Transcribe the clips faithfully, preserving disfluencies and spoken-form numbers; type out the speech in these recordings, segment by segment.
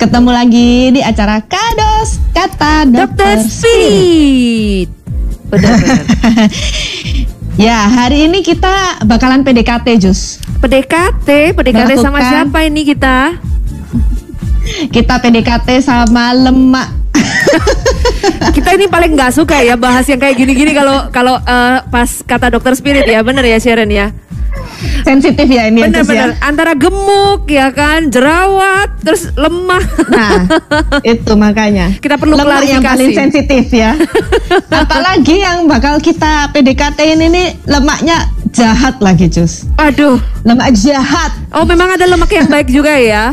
Ketemu lagi di acara Kados Kata Dokter Spirit. Benar-benar. Ya, hari ini kita bakalan P D K T, Jus. P D K T, P D K T sama siapa ini kita? Kita P D K T sama lemak. Kita ini paling nggak suka ya bahas yang kayak gini-gini kalau kalau uh, pas kata dokter spirit ya, bener ya Sharon ya. Sensitif ya ini. Bener-bener ya. Antara gemuk ya kan, jerawat, terus lemah. Nah, itu makanya kita perlu lemak klarifikasi. Yang paling sensitif ya. Apalagi yang bakal kita P D K T ini nih lemaknya jahat lagi, Jus. Aduh, lemak jahat. Oh, memang ada lemak yang baik juga ya?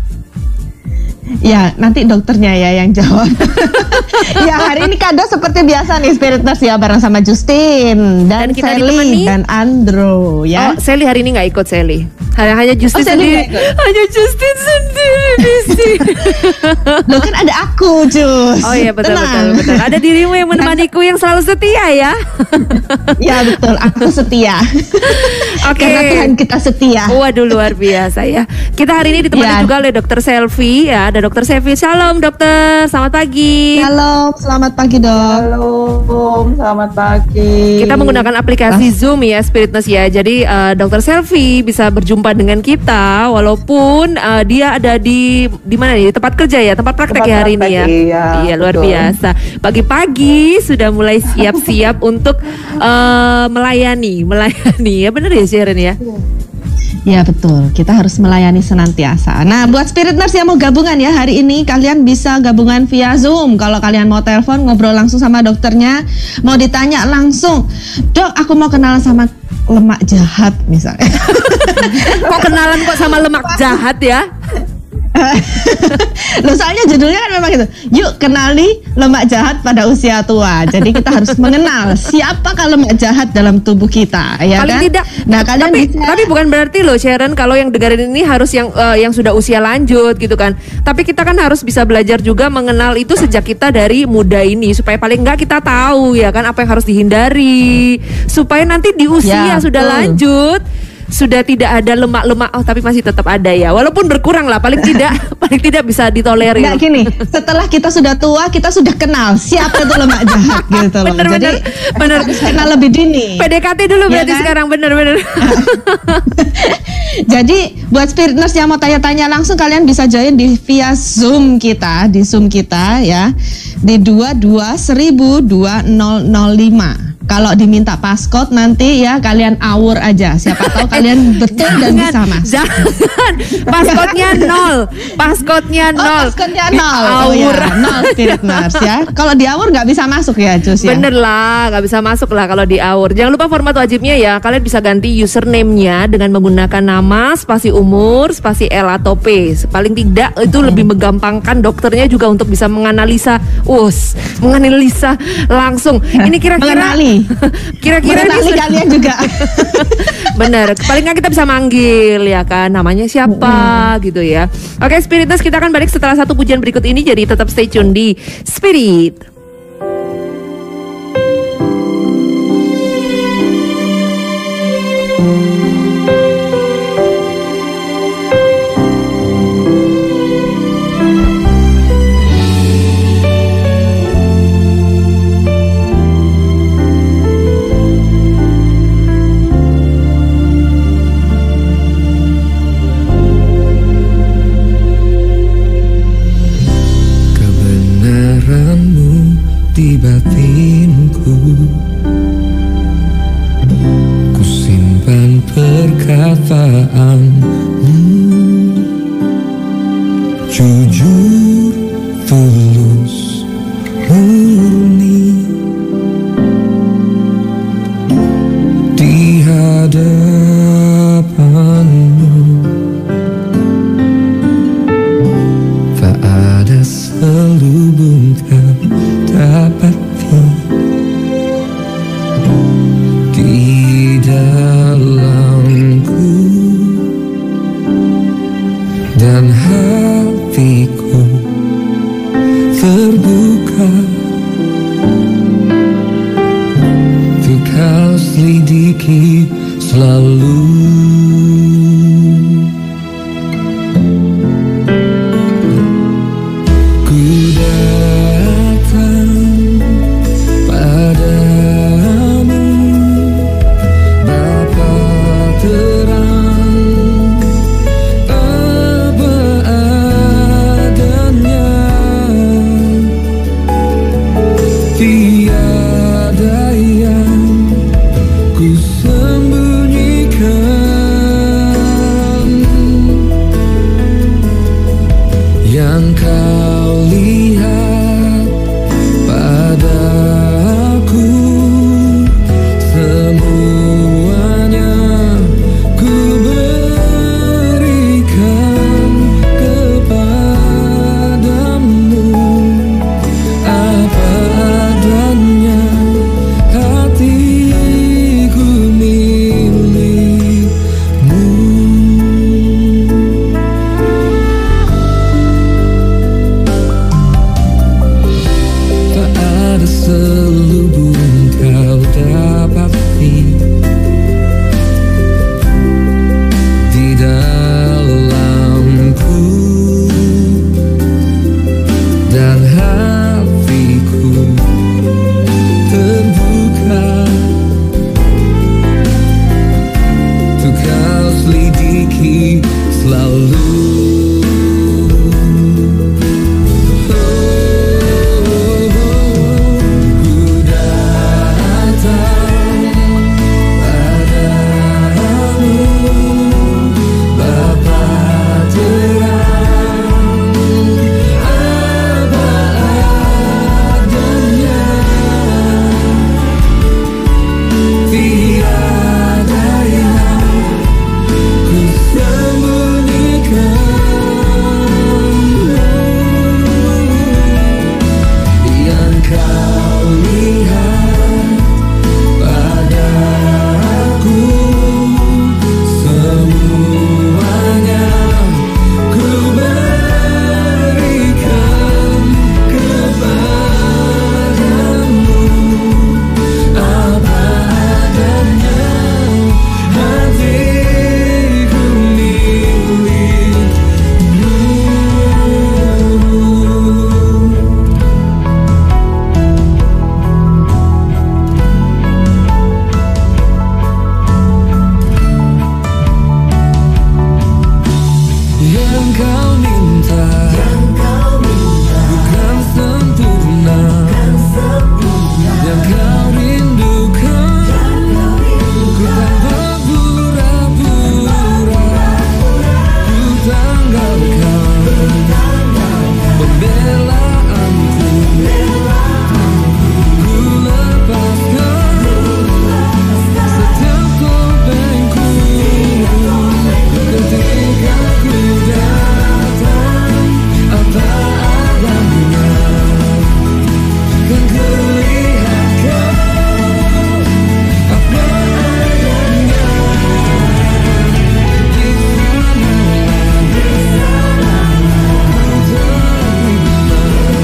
Ya, nanti dokternya ya yang jawab. Ya, hari ini Kado seperti biasa nih Spiriters ya, bareng sama Justin dan, dan Sally dan Andrew ya. Oh, Sally hari ini nggak ikut Sally. Hanya hanya Justin oh, sendiri. Hanya Justin sendiri di sini. Loh kan ada aku, Jus. Oh iya betul betul betul. Ada dirimu yang menemaniku yang selalu setia ya. Ya betul, aku setia. Oke. Okay. Karena Tuhan kita setia. Waduh luar biasa ya. Kita hari ini ditemani ya. juga oleh Dokter Selvi ya. Ada Dokter Selvi. Shalom dokter, selamat pagi. Shalom, selamat pagi dok. Shalom, selamat pagi. Kita menggunakan aplikasi ah. Zoom ya Spiritness ya. Jadi uh, Dokter Selvi bisa berjumpa dengan kita walaupun uh, dia ada di di mana nih? Di tempat kerja ya, tempat praktek tempat ya hari praktek, ini ya. Iya, iya luar betul. biasa. Pagi-pagi sudah mulai siap-siap untuk uh, melayani, melayani ya benar ya Sharon ya. Ya betul, kita harus melayani senantiasa. Nah buat Spiritners yang mau gabungan ya hari ini, kalian bisa gabungan via Zoom. Kalau kalian mau telepon ngobrol langsung sama dokternya, mau ditanya langsung, dok aku mau kenalan sama lemak jahat misalnya. Kok kenalan kok sama lemak jahat ya? Loh soalnya judulnya kan memang gitu. Yuk kenali lemak jahat pada usia tua. Jadi kita harus mengenal siapakah lemak jahat dalam tubuh kita, ya paling kan? Tidak. Nah, kalian tapi, bisa... tapi bukan berarti loh Sharon kalau yang dengerin ini harus yang uh, yang sudah usia lanjut gitu kan. Tapi kita kan harus bisa belajar juga mengenal itu sejak kita dari muda ini supaya paling enggak kita tahu ya kan apa yang harus dihindari supaya nanti di usia ya, sudah betul. lanjut sudah tidak ada lemak-lemak, oh tapi masih tetap ada ya, walaupun berkurang lah, paling tidak paling tidak bisa ditolerir. Nggak gini, setelah kita sudah tua, kita sudah kenal siapa itu lemak jahat gitu loh. Bener, Jadi bener, harus kenal lebih dini. P D K T dulu ya berarti kan? Sekarang bener-bener. Jadi buat Spiritners yang mau tanya-tanya langsung, kalian bisa join di via Zoom kita, di Zoom kita ya, di dua dua seribu dua nol nol lima. Kalau diminta passcode nanti ya kalian awur aja. Siapa tahu kalian betul dan bisa mas. Jangan. Passcode-nya nol. Passcode-nya nol. Oh, passcode-nya nol. Oh ya, nol Spiritners ya. Kalau di awur nggak bisa masuk ya Cus ya. Bener lah, nggak bisa masuk lah kalau di awur. Jangan lupa format wajibnya ya. Kalian bisa ganti username-nya dengan menggunakan nama, spasi umur, spasi L atau P. Paling tidak itu hmm. lebih menggampangkan dokternya juga untuk bisa menganalisa, us, menganalisa langsung. Ini kira-kira mengenali. Kira-kira ini kalian juga. Bener, paling nggak kita bisa manggil ya kan, namanya siapa mm. gitu ya. Oke Spiritness, kita akan balik setelah satu pujian berikut ini, jadi tetap stay tune di Spirit. Di batinku ku simpan perkataanmu, jujur, tulus, murni di hadapanmu. Tak ada selubung dapati di dalamku dan hatiku terbuka untuk kau selidiki selalu. kau lihat padaku, semuanya ku berikan kepadamu. Apa adanya hatiku milikmu. Tak ada selubung kau dapati di dalamku, dan hatiku terbuka untuk kau selidiki selalu. Yang kau minta, bukan sempurna. Yang kau rindukan, ku tanpa pura-pura. Ku tanggalkan pembelaanku, ku lepaskan setiap topengku. Ketika ku datang, apa adanya, kan kulihat kau apa adanya. Di sanalah ku terima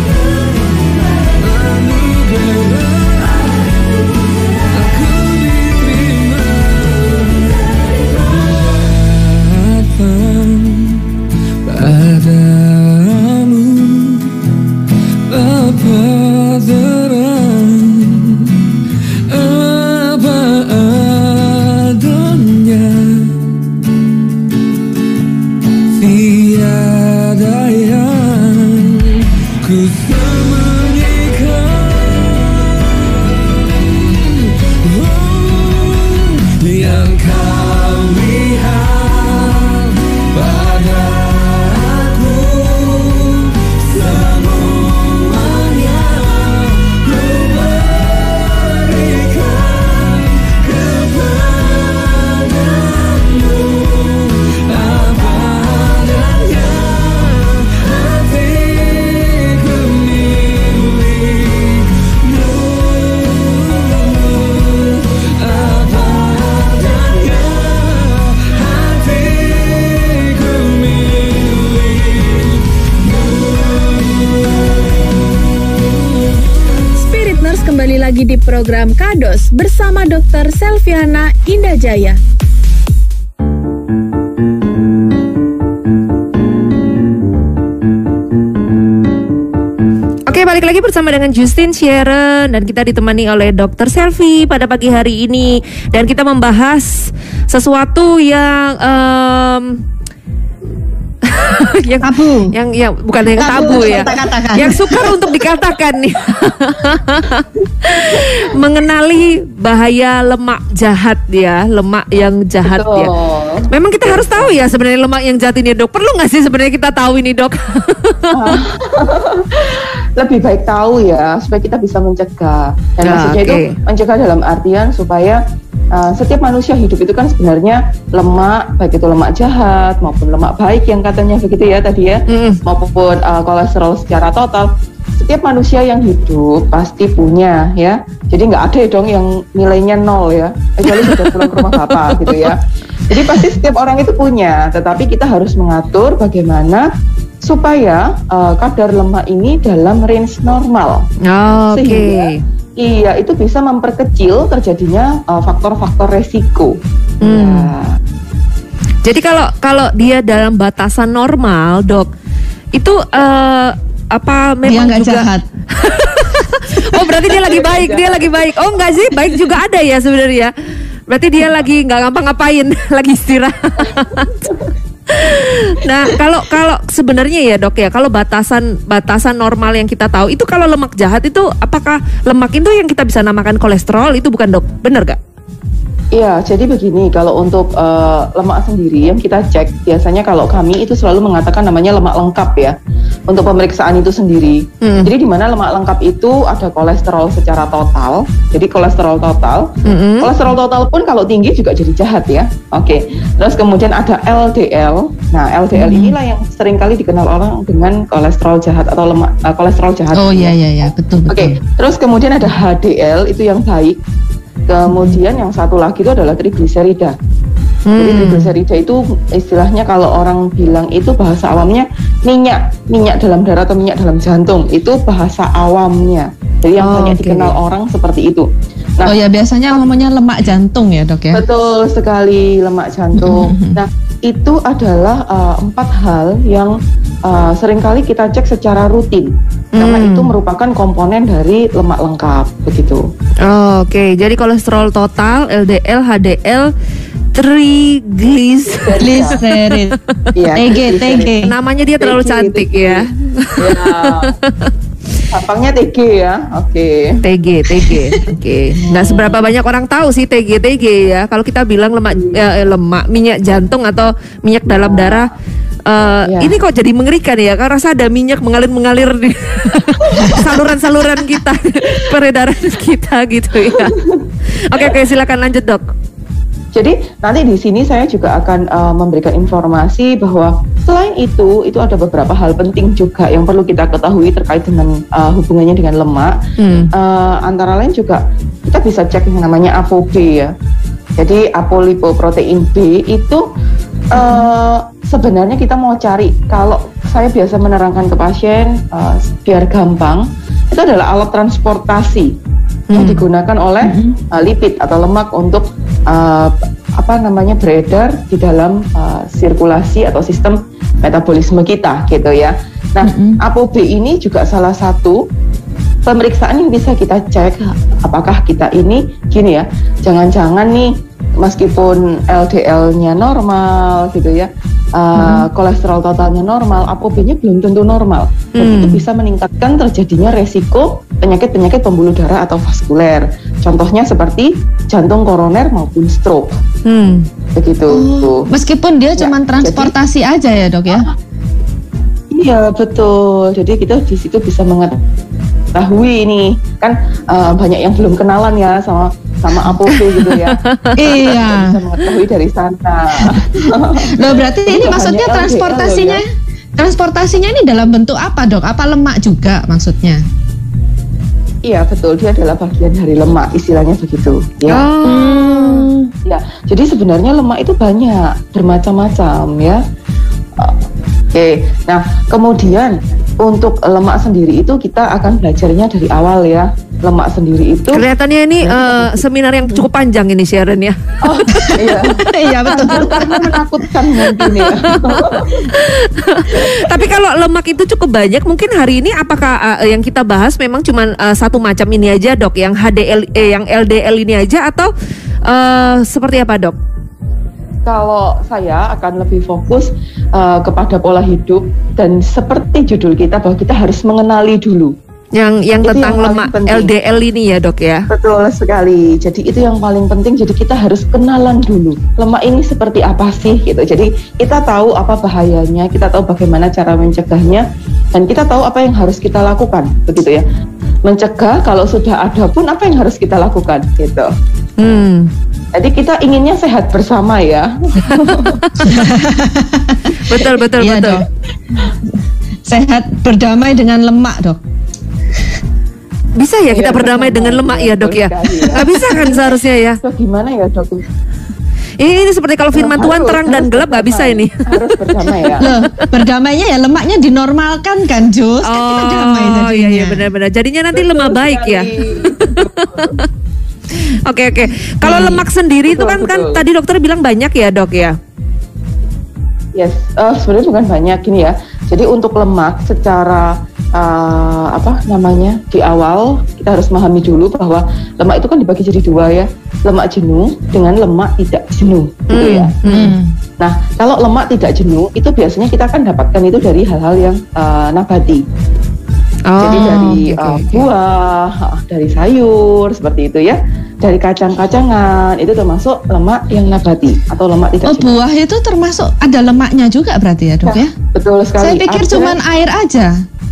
anugerah, aku diterima. Datang padamu apa terang, apa adanya, tiada yang ku sembunyikan. Oh, yang kau lihat padaku, semuanya ku berikan kepadamu. Apa adanya hatiku milikmu. Apa adanya hatiku milikmu. Spirit Nurse kembali lagi di program Kados bersama dokter Selviana Indajaya. Oke, balik lagi bersama dengan Justin Sharon dan kita ditemani oleh dokter Selvi pada pagi hari ini, dan kita membahas sesuatu yang um, yang Tabu. yang yang bukan yang tabu, Tabu, ya. kata-katakan. Yang sukar untuk dikatakan nih. Mengenali bahaya lemak jahat ya, lemak yang jahat Betul. ya. Memang kita harus tahu ya sebenarnya lemak yang jahat ini, Dok. Perlu nggak sih sebenarnya kita tahu ini, Dok? Lebih baik tahu ya supaya kita bisa mencegah. Dan Ya, maksudnya oke. itu mencegah dalam artian supaya uh, setiap manusia hidup itu kan sebenarnya lemak, baik itu lemak jahat maupun lemak baik yang katanya begitu ya tadi ya, Mm-mm. maupun uh, kolesterol secara total. Setiap manusia yang hidup pasti punya ya. Jadi nggak ada dong yang nilainya nol ya. Kecuali sudah pulang ke rumah bapak gitu ya. Jadi pasti setiap orang itu punya. Tetapi kita harus mengatur bagaimana supaya uh, kadar lemak ini dalam range normal. Oh, Oke. Sehingga iya itu bisa memperkecil terjadinya uh, faktor-faktor resiko. Hmm. Ya. Jadi kalau kalau dia dalam batasan normal, Dok, itu eh, apa Dia memang nggak juga jahat. Oh, berarti dia lagi baik, dia lagi baik. Oh, enggak sih, baik juga ada ya sebenarnya. Berarti dia lagi nggak ngapa-ngapain, lagi istirahat. Nah, kalau kalau sebenarnya ya, Dok ya, kalau batasan batasan normal yang kita tahu itu kalau lemak jahat itu apakah lemak itu yang kita bisa namakan kolesterol itu bukan, Dok? Benar gak? Iya, jadi begini, kalau untuk uh, lemak sendiri yang kita cek, biasanya kalau kami itu selalu mengatakan namanya lemak lengkap ya, untuk pemeriksaan itu sendiri. Hmm. Jadi di mana lemak lengkap itu ada kolesterol secara total, jadi kolesterol total. Mm-mm. Kolesterol total pun kalau tinggi juga jadi jahat ya. Oke, terus kemudian ada L D L. Nah, L D L inilah yang seringkali dikenal orang dengan kolesterol jahat atau lemak uh, kolesterol jahat. Oh iya iya iya, betul betul. Oke, terus kemudian ada H D L itu yang baik. Kemudian yang satu lagi itu adalah trigliserida. Jadi Hmm. trigliserida itu istilahnya kalau orang bilang itu bahasa awamnya minyak, minyak dalam darah atau minyak dalam jantung. Itu bahasa awamnya. Jadi yang Oh, banyak oke. dikenal orang seperti itu. Nah, Oh ya, biasanya ngomongnya lemak jantung ya, Dok ya. betul sekali lemak jantung. Mhm. Nah, itu adalah uh, empat hal yang uh, seringkali kita cek secara rutin. Karena Hmm. itu merupakan komponen dari lemak lengkap begitu. Oh, Oke, jadi kolesterol total, L D L, H D L, triglyceride. Gliserid. Iya, T G T G. Namanya dia terlalu T G, cantik T G. ya. Ya. Gampangnya T G ya. Oke. T G, T G, oke. Nggak seberapa banyak orang tahu sih T G, T G ya. Kalau kita bilang lemak, eh, lemak, minyak jantung atau minyak dalam darah, eh, Ya. ini kok jadi mengerikan ya. Karena rasa ada minyak mengalir-mengalir di saluran-saluran kita, peredaran kita gitu ya. Oke, oke, silakan lanjut, Dok. Jadi nanti di sini saya juga akan uh, memberikan informasi bahwa selain itu, itu ada beberapa hal penting juga yang perlu kita ketahui terkait dengan uh, hubungannya dengan lemak. Hmm. Uh, antara lain juga kita bisa cek yang namanya A P O B ya. Jadi apolipoprotein B itu uh, sebenarnya kita mau cari, kalau saya biasa menerangkan ke pasien uh, biar gampang, itu adalah alat transportasi yang Hmm. digunakan oleh uh, lipid atau lemak untuk uh, apa namanya beredar di dalam uh, sirkulasi atau sistem metabolisme kita gitu ya. Nah, Mhm. A P O B ini juga salah satu pemeriksaan yang bisa kita cek apakah kita ini gini ya, jangan-jangan nih meskipun L D L-nya normal gitu ya, uh, kolesterol totalnya normal, A P O B-nya belum tentu normal. Dan Hmm. itu bisa meningkatkan terjadinya resiko penyakit-penyakit pembuluh darah atau vaskuler. Contohnya seperti jantung koroner maupun stroke. Hmm. Begitu. Oh, meskipun dia Ya, cuma transportasi aja ya, Dok ya. Iya betul. Jadi kita di situ bisa mengetahui ini kan uh, banyak yang belum kenalan ya sama sama A P O B gitu ya. Iya. Bisa mengetahui dari sana. Loh, berarti ini Bukan maksudnya hanya L D L transportasinya loh transportasinya ini dalam bentuk apa, Dok? Apa lemak juga maksudnya? Iya betul, dia adalah bagian dari lemak, istilahnya begitu. Ya. Oh. Ya, jadi sebenarnya lemak itu banyak, bermacam-macam ya. Oke, nah kemudian untuk lemak sendiri itu kita akan belajarnya dari awal ya. Lemak sendiri itu. Kelihatannya ini eh, seminar yang cukup panjang ini, Sharon ya. Oh iya, Iya betul. karena menakutkan mungkin ya. Tapi kalau lemak itu cukup banyak, mungkin hari ini apakah eh, yang kita bahas memang cuma eh, satu macam ini aja, Dok? Yang H D L, eh, yang L D L ini aja atau eh, seperti apa, Dok? kalau saya akan lebih fokus uh, kepada pola hidup dan seperti judul kita bahwa kita harus mengenali dulu. Yang yang Itu tentang yang paling lemak penting. L D L ini ya dok ya. Betul sekali. Jadi itu yang paling penting. Jadi kita harus kenalan dulu. Lemak ini seperti apa sih gitu. Jadi kita tahu apa bahayanya, kita tahu bagaimana cara mencegahnya, dan kita tahu apa yang harus kita lakukan, begitu ya. Mencegah kalau sudah ada pun apa yang harus kita lakukan gitu. Hmm. Jadi kita inginnya sehat bersama ya. Betul betul Iya, betul. Dok. Sehat berdamai dengan lemak, Dok. Bisa ya kita Iya, berdamai bersama. dengan lemak ya dok ya? Betul sekali, ya. Nggak bisa kan seharusnya ya? So, gimana ya dok? Ini, ini seperti kalau firman Tuhan Harus, terang dan harus gelap nggak bisa berdamai. ini. Harus berdamai ya. Loh, berdamainya ya lemaknya dinormalkan kan, Jus? Kan kita damai Oh jadinya. iya iya benar-benar. Jadinya nanti lemak Betul baik ya. sekali. Oke oke. Kalau Hmm. lemak sendiri itu Betul, kan kan betul. tadi dokter bilang banyak ya dok ya. Yes, eh, sebenarnya bukan banyak gini ya. Jadi untuk lemak secara eh, apa namanya di awal kita harus memahami dulu bahwa lemak itu kan dibagi jadi dua ya, lemak jenuh dengan lemak tidak jenuh, gitu Hmm, ya. Hmm. Nah kalau lemak tidak jenuh itu biasanya kita akan dapatkan itu dari hal-hal yang eh, nabati. Oh, Jadi dari oke, uh, oke. buah, uh, dari sayur seperti itu ya, dari kacang-kacangan itu termasuk lemak yang nabati atau lemak tidak Oh, jenuh. buah itu termasuk ada lemaknya juga berarti ya, Dok ya? Betul sekali. Saya pikir Ada- cuman air aja.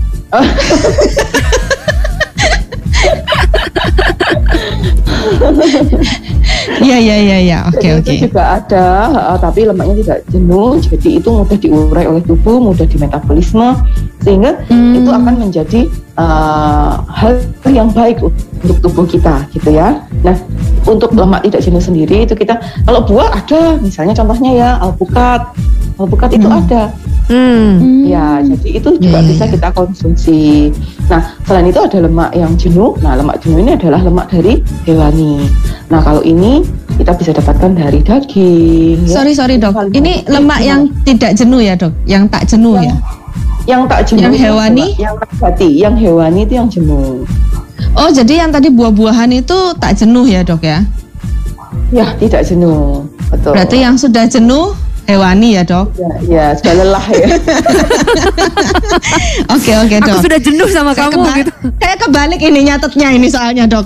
Iya, iya, iya, iya. Oke, Jadi oke. itu juga ada, uh, tapi lemaknya tidak jenuh, jadi itu mudah diurai oleh tubuh, mudah dimetabolisme, sehingga Hmm. itu akan menjadi uh, hal yang baik untuk tubuh kita, gitu ya. Nah, untuk lemak tidak jenuh sendiri itu kita, kalau buah ada, misalnya contohnya ya alpukat, alpukat itu Hmm. ada. Hmm. Hmm. Ya, jadi itu juga Iya, iya, bisa iya. kita konsumsi. Nah, selain itu ada lemak yang jenuh. Nah, lemak jenuh ini adalah lemak dari hewani. Nah, kalau ini kita bisa dapatkan dari daging. ya. Sorry, sorry, Dok. Paling Ini bagus. lemak yang tidak jenuh ya, Dok? Yang tak jenuh ya? Yang tak jenuh. Yang itu hewani? adalah Yang nabati. Yang hewani itu yang jenuh. Oh, jadi yang tadi buah-buahan itu tak jenuh ya, Dok ya? Ya, tidak jenuh. Betul. Berarti yang sudah jenuh hewani ya, Dok? Ya, ya sudah lelah ya. Oke, oke, Aku Dok. sudah jenuh sama Saya kamu keba- gitu. Kayak kebalik ini nyatetnya ini soalnya, Dok.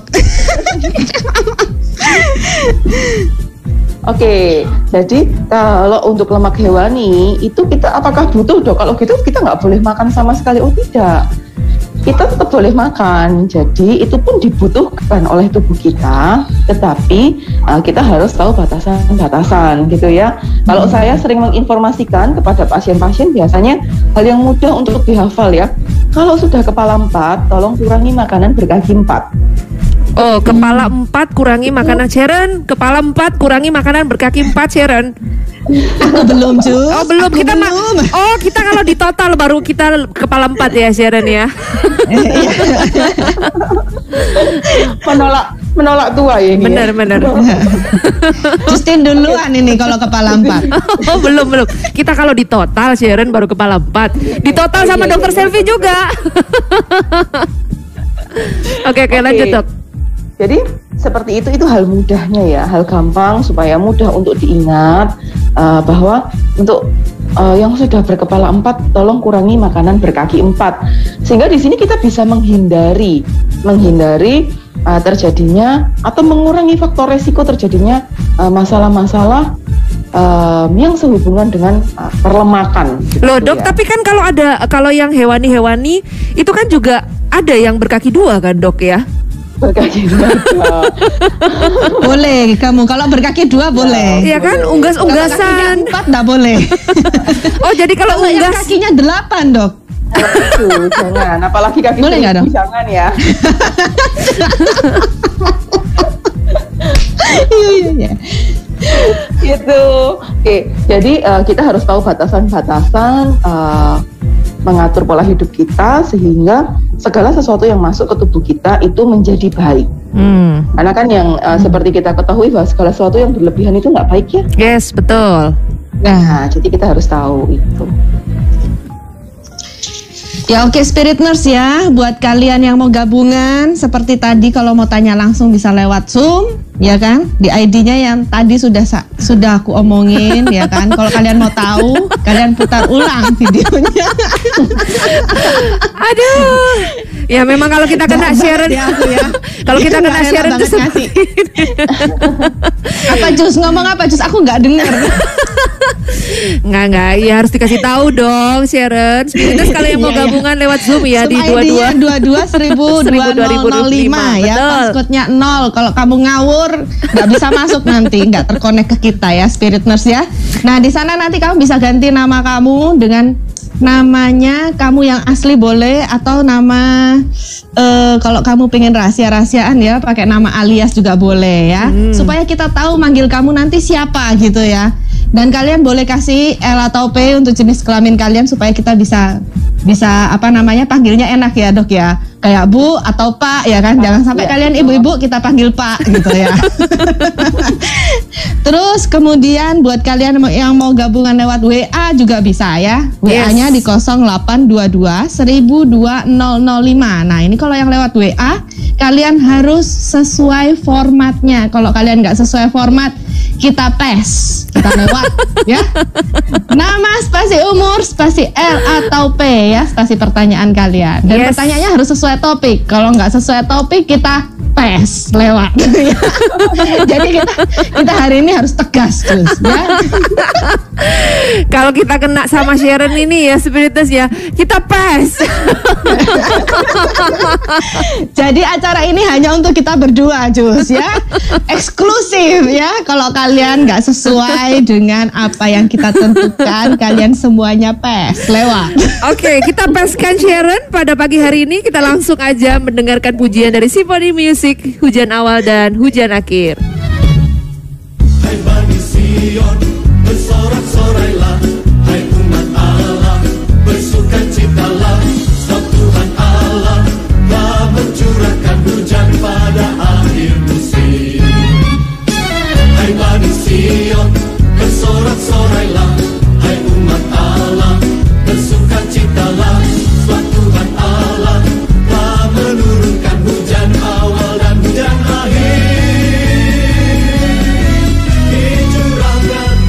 Oke, jadi kalau untuk lemak hewani itu kita apakah butuh dok? Kalau gitu kita nggak boleh makan sama sekali. Oh tidak, kita tetap boleh makan. Jadi itu pun dibutuhkan oleh tubuh kita, tetapi uh, kita harus tahu batasan-batasan gitu ya. Kalau saya sering menginformasikan kepada pasien-pasien biasanya hal yang mudah untuk dihafal ya. Kalau sudah kepala empat, tolong kurangi makanan berkaki empat. Oh, kepala empat kurangi makanan Sharon, kepala empat kurangi makanan berkaki empat Sharon. Aku belum, Jus. Oh belum Aku kita ma- belum. Oh kita kalau di total baru kita kepala empat ya Sharon ya. Menolak menolak tua ya ini. ya. Benar benar. Justin duluan ini kalau kepala empat. Oh belum belum. Kita kalau di total Sharon baru kepala empat. Di total sama Iya, dokter iya, Selvi juga. Oke oke Oke. lanjut dok. Jadi seperti itu itu hal mudahnya ya, hal gampang supaya mudah untuk diingat uh, bahwa untuk uh, yang sudah berkepala empat tolong kurangi makanan berkaki empat sehingga di sini kita bisa menghindari menghindari uh, terjadinya atau mengurangi faktor resiko terjadinya uh, masalah-masalah um, yang sehubungan dengan uh, perlemakan. gitu Loh dok, ya. tapi kan kalau ada kalau yang hewani-hewani itu kan juga ada yang berkaki dua kan dok ya? Berkaki dua. Boleh kamu kalau berkaki dua boleh. Iya kan, Kalau kakinya unggas-unggasan. empat nggak boleh. Oh jadi kalau Kalau yang unggas kakinya delapan, Dok. Aduh, jangan, apalagi kaki Boleh nggak, seribu, Dok? jangan ya. Iya, iya, iya. Gitu. Oke, jadi uh, kita harus tahu batasan-batasan uh, mengatur pola hidup kita sehingga segala sesuatu yang masuk ke tubuh kita itu menjadi baik. Hmm. Karena kan yang uh, seperti kita ketahui bahwa segala sesuatu yang berlebihan itu nggak baik ya. Yes betul. Nah, jadi kita harus tahu itu. Ya oke Spirit Nurse ya, buat kalian yang mau gabungan seperti tadi kalau mau tanya langsung bisa lewat Zoom ya kan? Di I D-nya yang tadi sudah sa- sudah aku omongin, ya kan? Kalau kalian mau tahu, kalian putar ulang videonya. Aduh. Ya memang kalau kita kena Jahat Sharon, banget ya aku ya. kalau kita Iya, kena nggak Sharon enak itu banget seperti Apa Jus ngomong apa Jus? Aku nggak dengar. Nggak, nggak, ya harus dikasih tahu dong Sharon. Spiritus kalau yang mau Iya, iya. gabungan lewat Zoom ya Zoom di I D-nya dua dua dua dua seribu dua nol lima ya, Betul. passcode-nya nol. Kalau kamu ngawur nggak bisa masuk nanti, nggak terkonek ke kita ya Spirit Nurse ya. Nah di sana nanti kamu bisa ganti nama kamu dengan namanya kamu yang asli boleh, atau nama eh, kalau kamu pengen rahasia-rahasiaan ya pakai nama alias juga boleh ya, supaya kita tahu manggil kamu nanti siapa gitu ya. Dan kalian boleh kasih L atau P untuk jenis kelamin kalian supaya kita bisa bisa apa namanya panggilnya enak ya dok ya, kayak Bu atau Pak ya kan. Jangan sampai ya, kalian betul. ibu-ibu kita panggil Pak gitu ya. Terus kemudian buat kalian yang mau gabungan lewat W A juga bisa ya. W A-nya di nol delapan dua dua seribu dua nol nol lima. Nah ini kalau yang lewat W A kalian harus sesuai formatnya. Kalau kalian nggak sesuai format, kita pes, kita lewat ya. Nama, spasi umur, spasi L atau P ya, spasi pertanyaan kalian. Dan Yes. pertanyaannya harus sesuai topik. Kalau nggak sesuai topik, kita pes lewat. Jadi kita kita hari ini harus tegas terus ya. Kalau kita kena sama Sharon ini ya Spiritus ya, kita pes. Jadi acara ini hanya untuk kita berdua Jus ya, eksklusif ya. Kalau kalian nggak sesuai dengan apa yang kita tentukan, kalian semuanya pes lewat. Oke, kita peskan Sharon pada pagi hari ini. Kita langsung aja mendengarkan pujian dari Symphony Music, Hujan Awal dan Hujan Akhir. Hai Bani Sion, bersorak-sorailah. Hai umat Allah, bersukacitalah. Sebab Tuhan Allah telah mencurahkan hujan pada akhir musim. Hai Bani Sion, bersorak-sorailah. Hai umat Allah, bersukacitalah. Sebab Tuhan Allah telah menurunkan hujan awal dan hujan akhir. Dicurahkan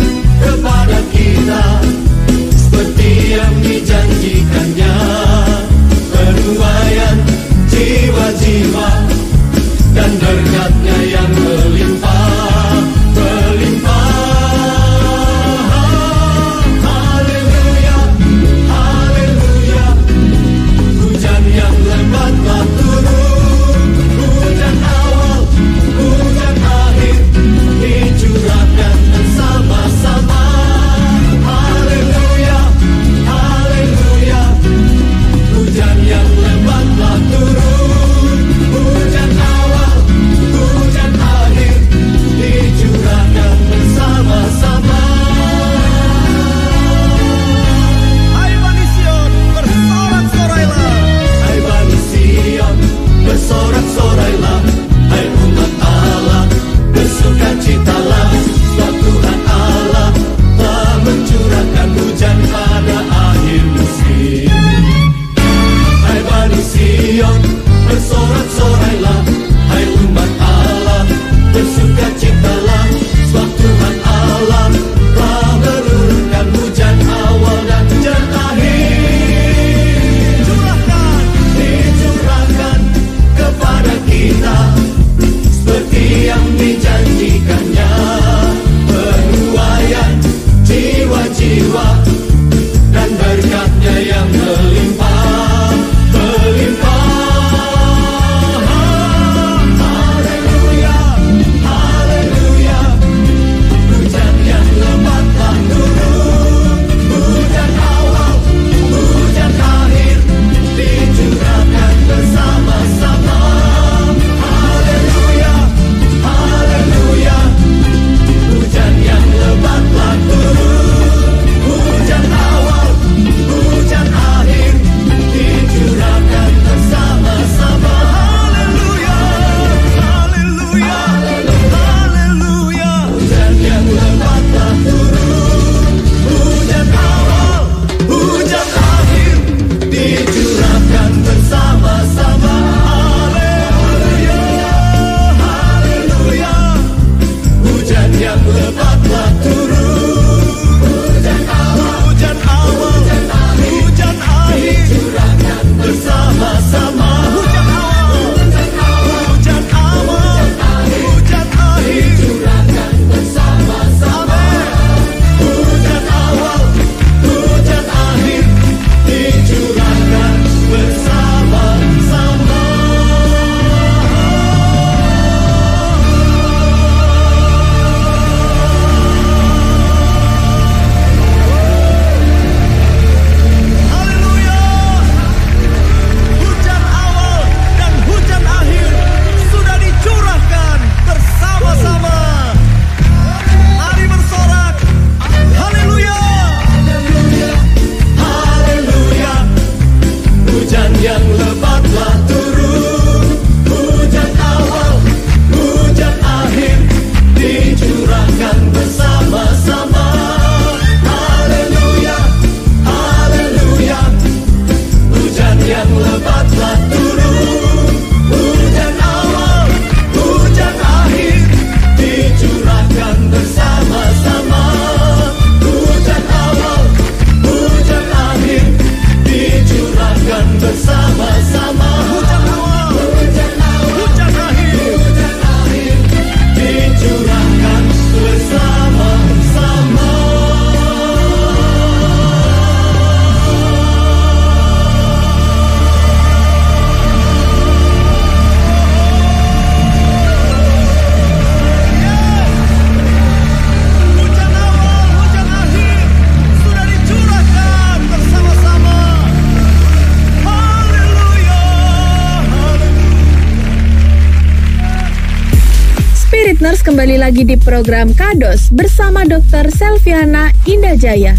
listeners, kembali lagi di program Kados bersama dokter Selviana Indajaya.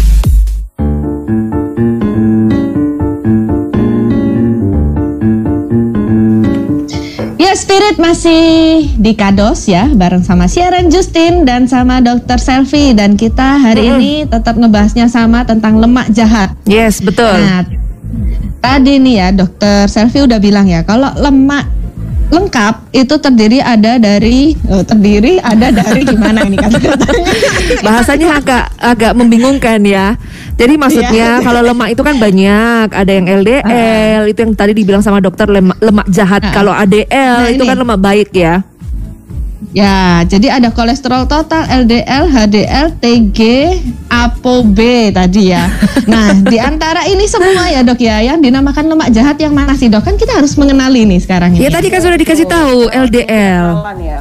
Ya, Spirit masih di Kados ya, bareng sama Sharon Justin dan sama dokter Selvi. Dan kita hari Mm-hmm. ini tetap ngebahasnya sama tentang lemak jahat. Yes, betul. Nah, tadi nih ya dokter Selvi udah bilang ya, kalau lemak lengkap itu terdiri ada dari oh, terdiri ada dari gimana ini kata-katanya? Bahasanya agak agak membingungkan ya. Jadi maksudnya Iya. kalau lemak itu kan banyak, ada yang L D L, itu yang tadi dibilang sama dokter lemak, lemak jahat. Ah. Kalau A D L Nah, itu ini. kan lemak baik ya. Ya, jadi ada kolesterol total, L D L, H D L, T G, A P O B tadi ya. Nah, di antara ini semua ya dok ya, yang dinamakan lemak jahat yang mana sih dok? Kan kita harus mengenali nih sekarang ini. Ya tadi kan sudah dikasih tahu L D L. Kenalan ya.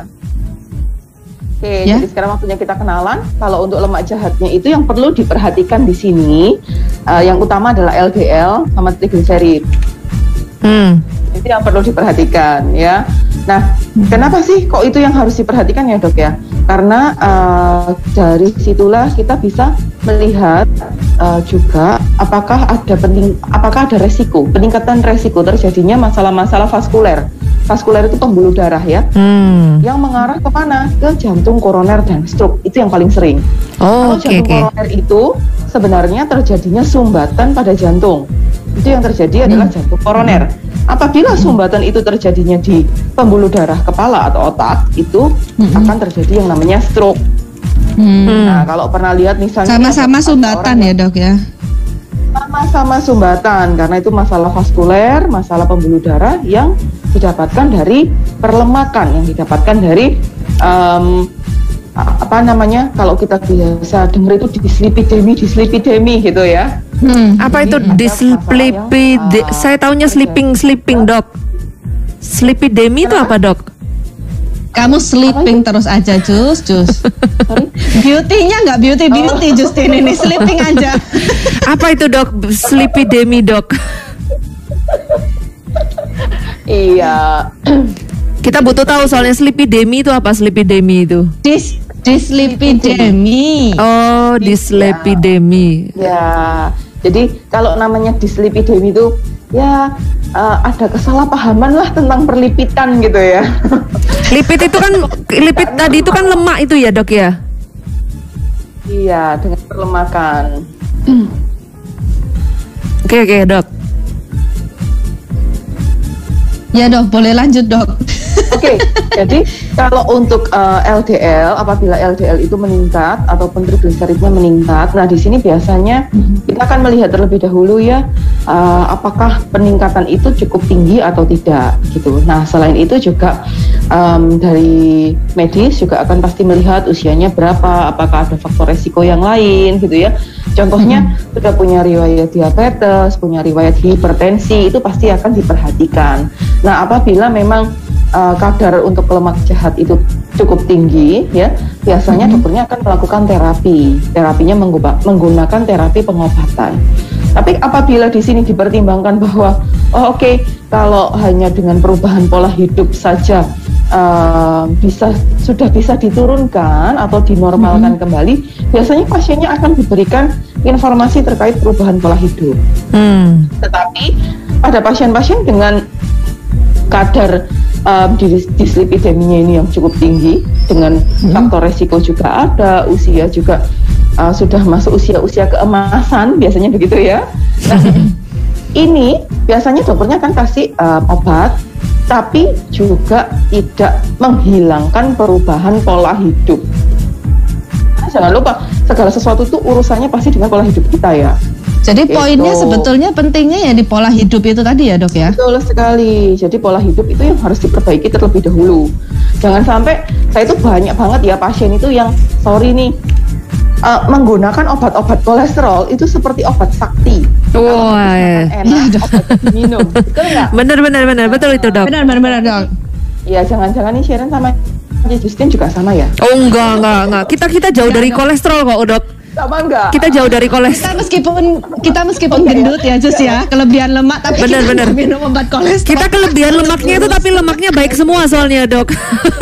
Oke, Ya. jadi sekarang waktunya kita kenalan. Kalau untuk lemak jahatnya itu yang perlu diperhatikan di sini, eh, yang utama adalah L D L sama trigliserid. Hmm. Itu yang perlu diperhatikan ya. Nah, kenapa sih kok itu yang harus diperhatikan ya dok ya? Karena uh, dari situlah kita bisa melihat uh, juga apakah ada penting, apakah ada resiko, peningkatan resiko terjadinya masalah-masalah vaskuler. Vaskuler itu pembuluh darah ya, Hmm. yang mengarah ke mana? Ke jantung, koroner, dan stroke. Itu yang paling sering. Oh, Kalau oke jantung oke. koroner itu sebenarnya terjadinya sumbatan pada jantung. Itu yang terjadi adalah jantung koroner. Apabila sumbatan itu terjadinya di pembuluh darah kepala atau otak, itu Mm-mm. akan terjadi yang namanya stroke. Hmm. Nah, kalau pernah lihat misalnya Sama-sama ada sumbatan orang ya yang dok ya. sama-sama sumbatan, karena itu masalah vaskuler, masalah pembuluh darah yang didapatkan dari perlemakan, yang didapatkan dari um, apa namanya, kalau kita biasa dengar itu dislipidemi, dislipidemi gitu ya. Hmm. Apa itu Jadi ada dislipid? masalah yang, uh, Saya taunya sleeping sleeping dok. Slipidemi itu apa dok? Kamu sleeping terus aja Jus, Jus. Sorry. Beauty-nya nggak beauty beauty Justin ini sleeping aja. Apa itu dok? Slipidemi dok. Iya. Kita butuh tahu soalnya slipidemi itu apa? Slipidemi itu. Dis dislipidemi. Oh, dislipidemi. Ya, jadi kalau namanya dislipidemi itu ya uh, ada kesalahpahaman lah tentang perlipitan gitu ya. Lipid itu kan lipid tadi itu kan lemak itu ya dok ya. Iya, dengan perlemakan. Oke oke dok. Ya dok, boleh lanjut dok. Oke, jadi kalau untuk uh, L D L, apabila L D L itu meningkat ataupun trigliseridnya meningkat, nah di sini biasanya kita akan melihat terlebih dahulu ya, uh, apakah peningkatan itu cukup tinggi atau tidak gitu. Nah selain itu juga um, dari medis juga akan pasti melihat usianya berapa, apakah ada faktor resiko yang lain gitu ya. Contohnya sudah punya riwayat diabetes, punya riwayat hipertensi, itu pasti akan diperhatikan. Nah apabila memang uh, kadar untuk lemak jahat itu cukup tinggi ya, biasanya Hmm. dokternya akan melakukan terapi. Terapinya mengguba- menggunakan terapi pengobatan. Tapi apabila di sini dipertimbangkan bahwa oh oke okay, kalau hanya dengan perubahan pola hidup saja uh, bisa sudah bisa diturunkan atau dinormalkan kembali, biasanya pasiennya akan diberikan informasi terkait perubahan pola hidup. Hmm. Tetapi pada pasien-pasien dengan kadar um, dis- dislipideminya ini yang cukup tinggi, dengan faktor resiko juga ada, usia juga uh, sudah masuk usia-usia keemasan, biasanya begitu ya. Nah, ini biasanya dokternya akan kasih um, obat, tapi juga tidak menghilangkan perubahan pola hidup. Nah, jangan lupa, segala sesuatu itu urusannya pasti dengan pola hidup kita ya. Jadi Gitu. poinnya sebetulnya pentingnya ya di pola hidup itu tadi ya dok ya. Betul sekali. Jadi pola hidup itu yang harus diperbaiki terlebih dahulu. Jangan sampai, saya itu banyak banget ya pasien itu yang sorry nih uh, menggunakan obat-obat kolesterol itu seperti obat sakti. Wah, ya. Enak, obat diminum. Betul nggak? Bener bener bener betul itu dok. Benar benar benar dok. Ya jangan-jangan nih Sharon sama Justin juga sama ya? Oh enggak enggak enggak. Kita kita jauh dari kolesterol kok dok. Sama enggak? Kita jauh dari Kita kolesterol. meskipun kita meskipun Oke, ya. gendut ya Jus ya, kelebihan lemak tapi Benar, kita benar. nggak minum obat kolesterol. Kita kelebihan lemaknya itu tapi lemaknya baik semua soalnya dok.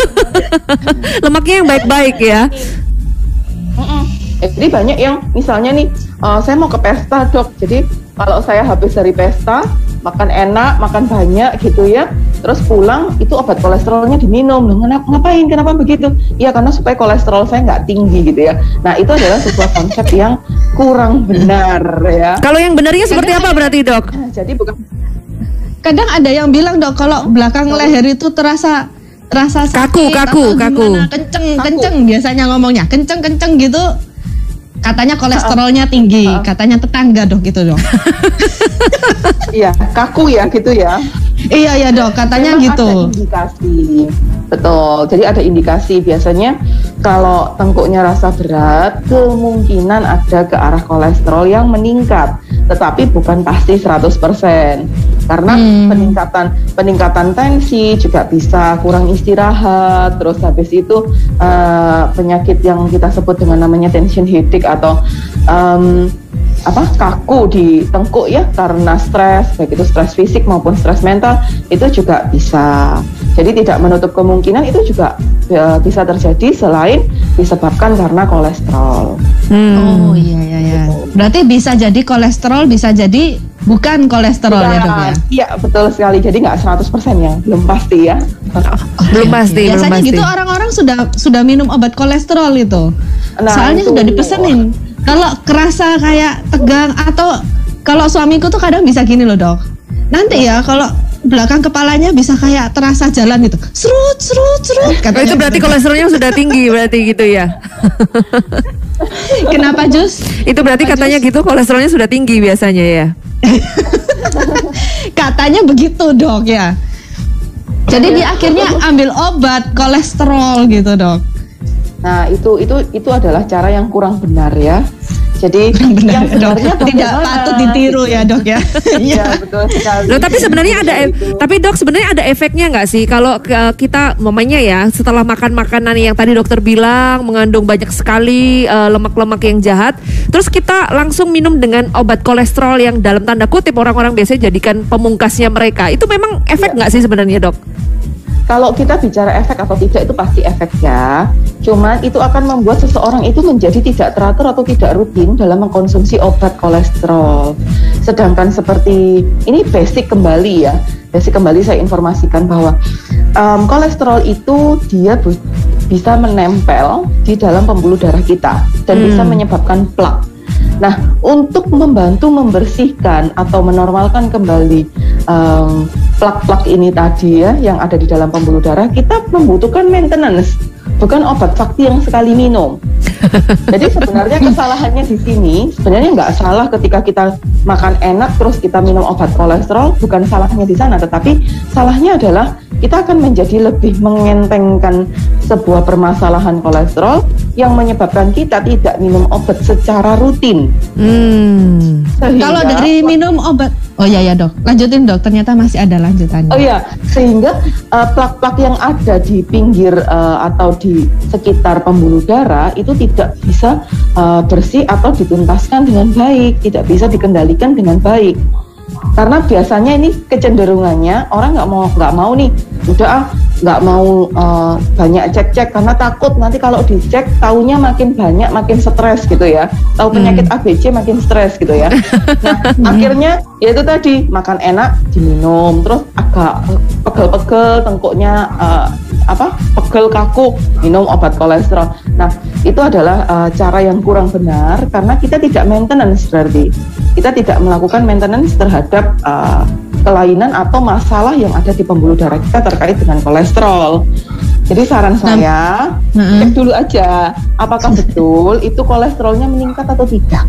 Lemaknya yang baik-baik ya. Mm-mm. Jadi banyak yang misalnya nih, uh, saya mau ke pesta dok, jadi kalau saya habis dari pesta, makan enak, makan banyak gitu ya, terus pulang itu obat kolesterolnya diminum. Loh, ngapain? Kenapa begitu? Ya karena supaya kolesterol saya nggak tinggi gitu ya. Nah itu adalah sebuah konsep yang kurang benar ya. Kalau yang benarnya seperti apa berarti dok? Jadi bukan. Kadang ada yang bilang dok, kalau belakang leher itu terasa terasa Kaku, sakit, kaku, atau kaku. gimana, kenceng, Kaku. kenceng biasanya ngomongnya, kenceng, kenceng gitu. Katanya kolesterolnya tinggi, Uh-uh. katanya tetangga dok gitu dok. Iya, kaku ya gitu ya. Iya iya dok, katanya Memang gitu. ada indikasi, betul. Jadi ada indikasi biasanya kalau tengkuknya rasa berat, kemungkinan ada ke arah kolesterol yang meningkat, tetapi bukan pasti seratus persen. Karena Hmm. peningkatan peningkatan tensi juga bisa kurang istirahat, terus habis itu eh, penyakit yang kita sebut dengan namanya tension headache atau em, apa kaku di tengkuk ya karena stres, baik itu stres fisik maupun stres mental itu juga bisa. Jadi tidak menutup kemungkinan itu juga ya, bisa terjadi selain disebabkan karena kolesterol. Hmm. Oh iya iya iya. Berarti bisa jadi kolesterol, bisa jadi bukan kolesterol ya dok ya. Iya betul sekali. Jadi nggak seratus persen ya, belum pasti ya. Belum pasti, belum Biasanya pasti. gitu orang-orang sudah sudah minum obat kolesterol itu. Nah, Soalnya itu. sudah dipesenin. Kalau kerasa kayak tegang atau kalau suamiku tuh kadang bisa gini loh dok. Nanti ya kalau belakang kepalanya bisa kayak terasa jalan gitu. Serut serut serut. Oh, Katanya itu berarti gitu. kolesterolnya sudah tinggi berarti gitu ya. Kenapa Jus? Itu berarti katanya gitu kolesterolnya sudah tinggi biasanya ya. Katanya begitu dok ya. Jadi dia akhirnya ambil obat kolesterol gitu dok. Nah itu itu itu adalah cara yang kurang benar ya. Jadi Benar, yang sebenarnya dok. Tidak bagaimana? patut ditiru ya dok ya. Iya betul sekali. Loh, tapi sebenarnya ada e- Itu. tapi dok sebenarnya ada efeknya nggak sih kalau ke- kita mamanya ya setelah makan makanan yang tadi dokter bilang mengandung banyak sekali eh, lemak-lemak yang jahat, terus kita langsung minum dengan obat kolesterol yang dalam tanda kutip orang-orang biasanya jadikan pemungkasnya mereka, itu memang efek nggak sih sebenarnya dok? Kalau kita bicara efek atau tidak itu pasti efek ya. Cuman itu akan membuat seseorang itu menjadi tidak teratur atau tidak rutin dalam mengkonsumsi obat kolesterol. Sedangkan seperti ini basic kembali ya. Basic kembali saya informasikan bahwa um, kolesterol itu dia bu- bisa menempel di dalam pembuluh darah kita dan Hmm. bisa menyebabkan plak. Nah, untuk membantu membersihkan atau menormalkan kembali um, plak-plak ini tadi ya yang ada di dalam pembuluh darah, kita membutuhkan maintenance, bukan obat sakti yang sekali minum. Jadi sebenarnya kesalahannya di sini sebenarnya nggak salah ketika kita makan enak terus kita minum obat kolesterol, bukan salahnya di sana, tetapi salahnya adalah kita akan menjadi lebih mengentengkan sebuah permasalahan kolesterol yang menyebabkan kita tidak minum obat secara rutin. Hmm. Sehingga- Kalau dari minum obat, oh iya ya dok, lanjutin dok. Ternyata masih ada lanjutannya. Oh iya, sehingga uh, plak-plak yang ada di pinggir uh, atau di sekitar pembuluh darah itu tidak bisa uh, bersih atau dituntaskan dengan baik, tidak bisa dikendalikan dengan baik. Karena biasanya ini kecenderungannya orang nggak mau nggak mau nih, udah ah nggak mau uh, banyak cek-cek karena takut nanti kalau dicek taunya makin banyak makin stres gitu ya, tahu penyakit A B C makin stres gitu ya. Nah akhirnya ya itu tadi makan enak diminum terus agak pegel-pegel tengkuknya uh, apa pegel kaku minum obat kolesterol. Nah itu adalah uh, cara yang kurang benar karena kita tidak maintenance, berarti kita tidak melakukan maintenance terhadap uh, kelainan atau masalah yang ada di pembuluh darah kita terkait dengan kolesterol. Jadi saran saya Mm-mm. cek dulu aja apakah betul itu kolesterolnya meningkat atau tidak.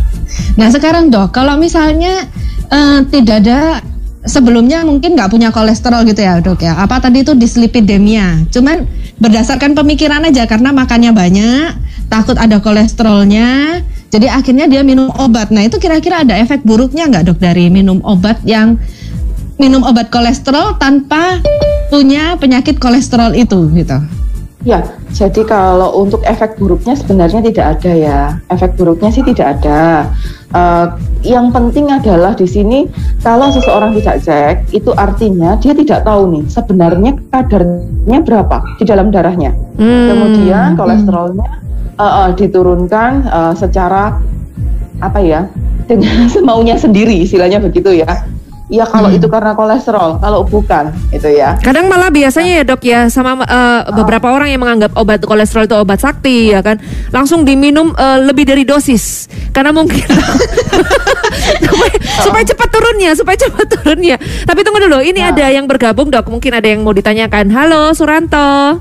Nah sekarang dok, kalau misalnya eh, tidak ada sebelumnya mungkin nggak punya kolesterol gitu ya dok ya, apa tadi itu dislipidemia, cuman berdasarkan pemikiran aja karena makannya banyak, takut ada kolesterolnya, jadi akhirnya dia minum obat. Nah itu kira-kira ada efek buruknya nggak dok dari minum obat yang minum obat kolesterol tanpa punya penyakit kolesterol itu gitu? Ya, jadi kalau untuk efek buruknya sebenarnya tidak ada ya. Efek buruknya sih tidak ada. Uh, yang penting adalah di sini kalau seseorang tidak cek, itu artinya dia tidak tahu nih sebenarnya kadarnya berapa di dalam darahnya. Hmm. Kemudian kolesterolnya uh, uh, diturunkan uh, secara apa ya? Dengan semaunya sendiri, istilahnya begitu ya. Ya kalau hmm. itu karena kolesterol, kalau bukan itu ya. Kadang malah biasanya ya dok ya sama uh, beberapa oh. orang yang menganggap obat kolesterol itu obat sakti ya kan, langsung diminum uh, lebih dari dosis karena mungkin supaya, supaya cepat turunnya, supaya cepat turunnya. Tapi tunggu dulu, ini nah. ada yang bergabung dok, mungkin ada yang mau ditanyakan. Halo Suranto.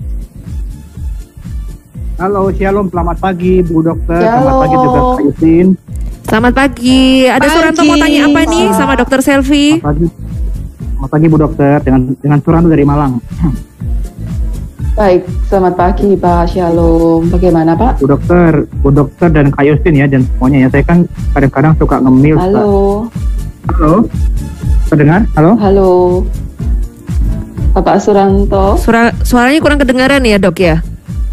Halo, shalom, selamat pagi Bu Dokter, shalom. Selamat pagi juga Kak Yusin. Selamat pagi. Ada pagi. Suranto mau tanya apa nih sama Dokter Selvi? Selamat pagi. Selamat pagi Bu Dokter, dengan dengan Suranto dari Malang. Baik, selamat pagi Pak Shalom. Bagaimana Pak? Bu Dokter, Bu Dokter dan Kak Yusin ya dan semuanya ya. Saya kan kadang-kadang suka ngemil. Halo. Pak. Halo. Terdengar? Halo. Halo. Bapak Suranto. Suara, suaranya kurang kedengaran ya dok ya?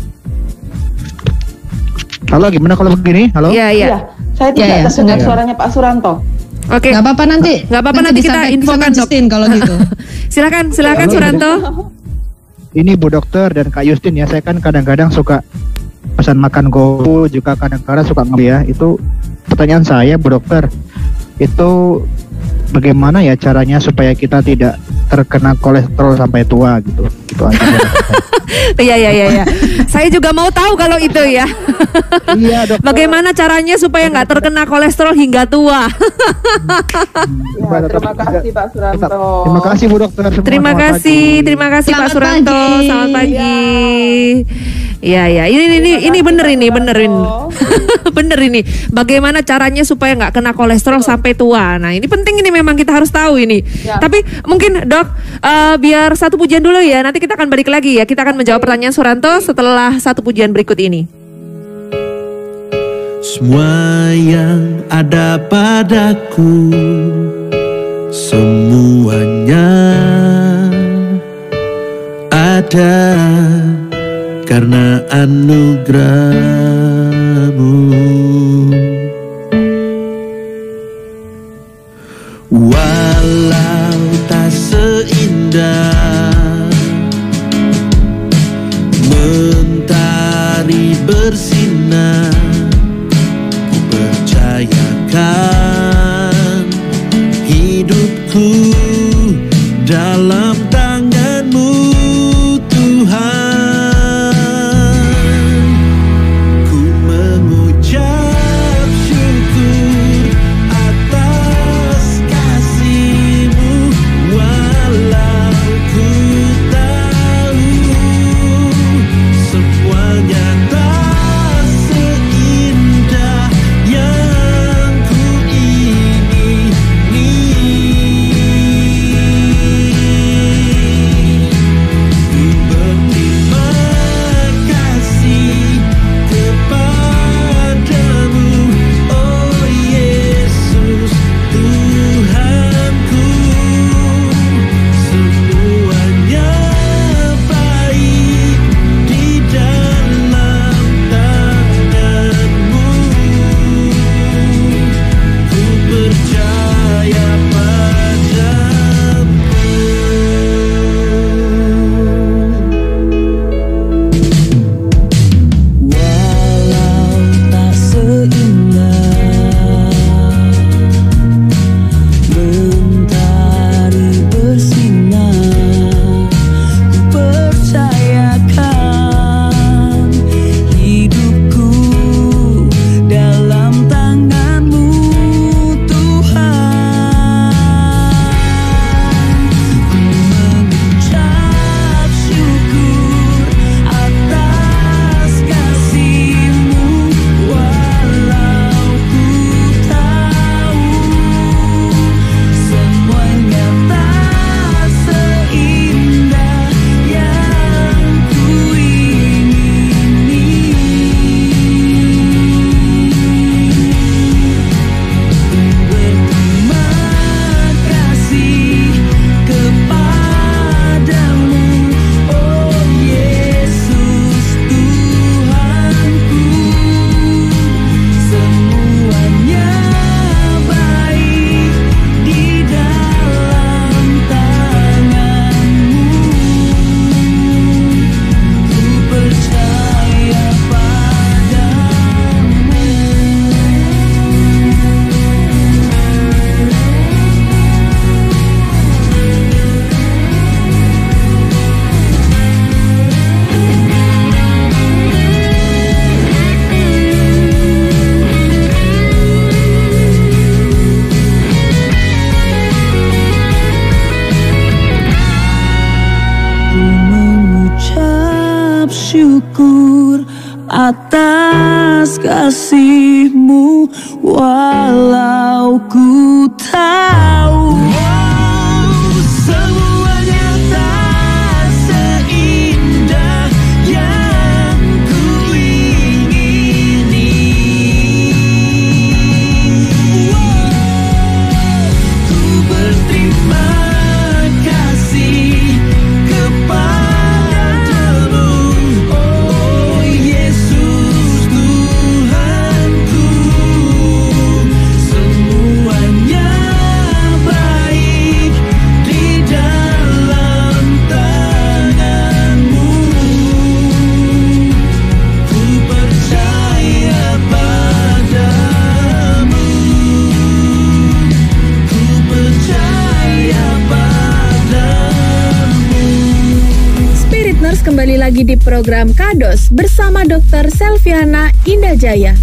Halo, gimana kalau begini? Halo. Iya iya. Ya. Saya tidak ya, ya, terdengar ya. Suaranya Pak Suranto. Oke. Okay. Gak apa-apa nanti. Gak apa-apa nanti, nanti kita infokan dok. Kalau gitu. silakan, silakan ya, Suranto. Ini Bu Dokter dan Kak Justin ya. Saya kan kadang-kadang suka pesan makan GoFood, juga kadang-kadang suka ngemil ya. Itu pertanyaan saya Bu Dokter. Itu bagaimana ya caranya supaya kita tidak terkena kolesterol sampai tua gitu. Gitu aja. Iya iya iya ya. Saya juga mau tahu kalau itu ya. Iya, Dokter. Bagaimana caranya supaya nggak terkena kolesterol hingga tua? Ya, terima kasih Pak Suranto. Terima kasih Bu Dokter. Semua terima kasih, pagi. terima kasih Selamat Pak Suranto. Pagi. Selamat pagi. Iya ya, ini ini ini bener ini bener ini. Bener ini. Bagaimana caranya supaya nggak kena kolesterol sampai tua? Nah ini penting ini memang kita harus tahu ini. Ya. Tapi mungkin dok, uh, biar satu pujian dulu ya. Nanti kita akan balik lagi ya. Kita akan menjawab pertanyaan Suranto setelah satu pujian berikut ini. Semua yang ada padaku, semuanya ada karena anugerah-Mu. Walau tak seindah mentari bersinar, ku percayakan hidupku dalam tangan-Mu Tuhan. Ku mengucap syukur atas kasih-Mu, walau ku tahu semuanya tak seindah yang ku ingini. bersyukur atas kasih-Mu, walau ku tahu semuanya tak seindah yang ku ingini. Ku berterima kasih kepadamu, oh Yesus Tuhanku. Semuanya baik di dalam tangan-Mu. Ku percaya padamu, ku percaya padamu. Spirit Nurse kembali lagi di program Kados bersama dokter Selviana Indajaya.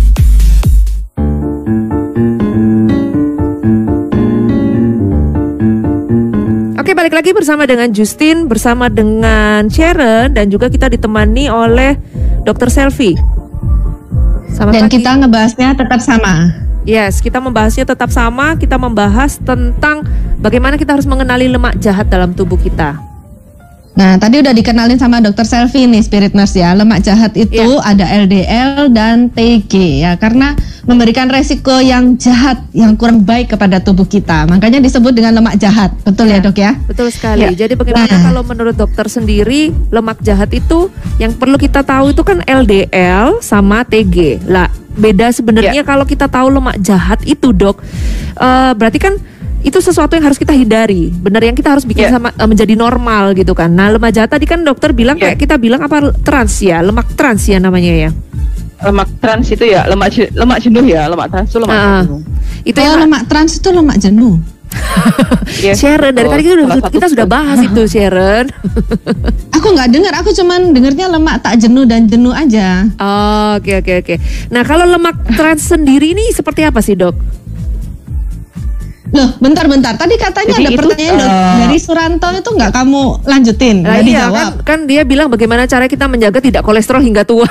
Oke, balik lagi bersama dengan Justin, bersama dengan Sharon, dan juga kita ditemani oleh dokter Selvi. Selamat Dan pagi. kita ngebahasnya tetap sama. Yes, kita membahasnya tetap sama. Kita membahas tentang bagaimana kita harus mengenali lemak jahat dalam tubuh kita. Nah, tadi udah dikenalin sama dokter Selvi nih, Spirit Nurse ya. Lemak jahat itu Iya. ada L D L dan T G ya, karena memberikan resiko yang jahat, yang kurang baik kepada tubuh kita. Makanya disebut dengan lemak jahat. Betul ya, Ya. Dok ya? Betul sekali. Ya. Jadi bagaimana Nah. kalau menurut dokter sendiri lemak jahat itu yang perlu kita tahu itu kan L D L sama T G. Lah, beda sebenarnya kalau kita tahu lemak jahat itu, Dok. eh, berarti kan itu sesuatu yang harus kita hindari. Benar, yang kita harus bikin Ya. sama eh, menjadi normal gitu kan. Nah, lemak jahat tadi kan dokter bilang Ya. kayak kita bilang apa trans ya, lemak trans ya namanya ya. Lemak trans itu ya lemak je- lemak jenuh ya, lemak trans itu lemak Ah. jenuh. Itu Oh, yang lemak trans itu lemak jenuh. Iya. Sharon dari Oh, tadi kita, salah udah, satu kita sudah bahas itu, Sharon. Aku nggak dengar, aku cuman dengarnya lemak tak jenuh dan jenuh aja. Oh, oke oke oke. Nah, kalau lemak trans sendiri ini seperti apa sih, Dok? Loh, bentar-bentar. Tadi katanya Jadi ada itu, pertanyaan Dok, eh, dari Suranto itu nggak kamu lanjutin, Nah, nggak iya dijawab. kan, kan dia bilang bagaimana cara kita menjaga tidak kolesterol hingga tua.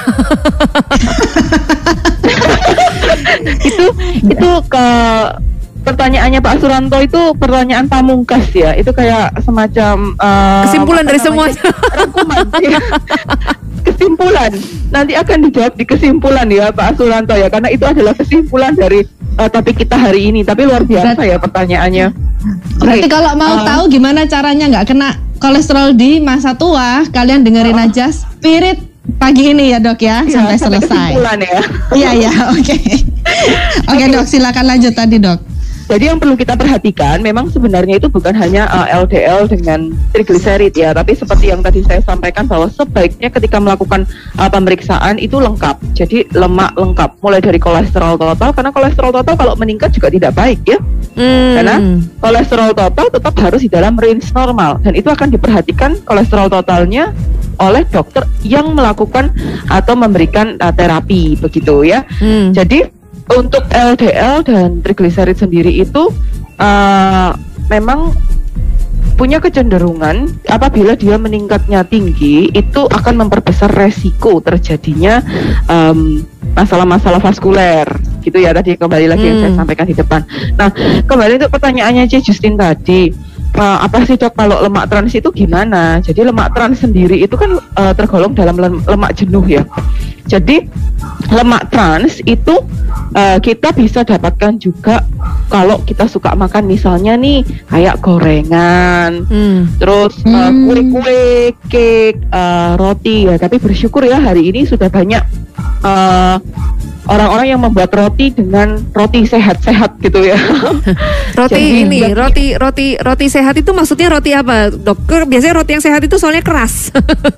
itu itu ke pertanyaannya Pak Suranto itu pertanyaan pamungkas ya, itu kayak semacam eh, Kesimpulan apa dari namanya? semuanya. Rangkuman. Kesimpulan nanti akan dijawab di kesimpulan ya Pak Suranto ya, karena itu adalah kesimpulan dari eh, topik kita hari ini. Tapi luar biasa ya pertanyaannya. Berarti Oke, kalau mau eh, tahu gimana caranya nggak kena kolesterol di masa tua, kalian dengerin aja Spirit pagi ini ya, Dok ya, ya, sampai sampai selesai. kesimpulan ya. Iya ya, oke. Oke, Dok, silakan lanjut tadi, Dok. Jadi yang perlu kita perhatikan memang sebenarnya itu bukan hanya uh, L D L dengan trigliserid ya, tapi seperti yang tadi saya sampaikan bahwa sebaiknya ketika melakukan uh, pemeriksaan itu lengkap. Jadi lemak lengkap, mulai dari kolesterol total, karena kolesterol total kalau meningkat juga tidak baik ya. Hmm. Karena kolesterol total tetap harus di dalam range normal, dan itu akan diperhatikan kolesterol totalnya oleh dokter yang melakukan atau memberikan uh, terapi begitu ya. Hmm. Jadi untuk L D L dan trigliserid sendiri itu uh, memang punya kecenderungan apabila dia meningkatnya tinggi itu akan memperbesar resiko terjadinya um, masalah-masalah vaskuler gitu ya, tadi kembali lagi yang saya Hmm. sampaikan di depan. Nah, kembali untuk pertanyaannya C. Justin tadi, uh, apa sih Dok kalau lemak trans itu gimana? Jadi lemak trans sendiri itu kan uh, tergolong dalam lem- lemak jenuh ya. Jadi lemak trans itu uh, kita bisa dapatkan juga kalau kita suka makan misalnya nih kayak gorengan, Hmm. terus uh, Hmm. kue-kue, cake, uh, roti ya. Tapi bersyukur ya hari ini sudah banyak uh, orang-orang yang membuat roti dengan roti sehat-sehat gitu ya. Roti Jadi, ini, nggak- roti roti roti sehat itu maksudnya roti apa, Dok? Biasanya roti yang sehat itu soalnya keras.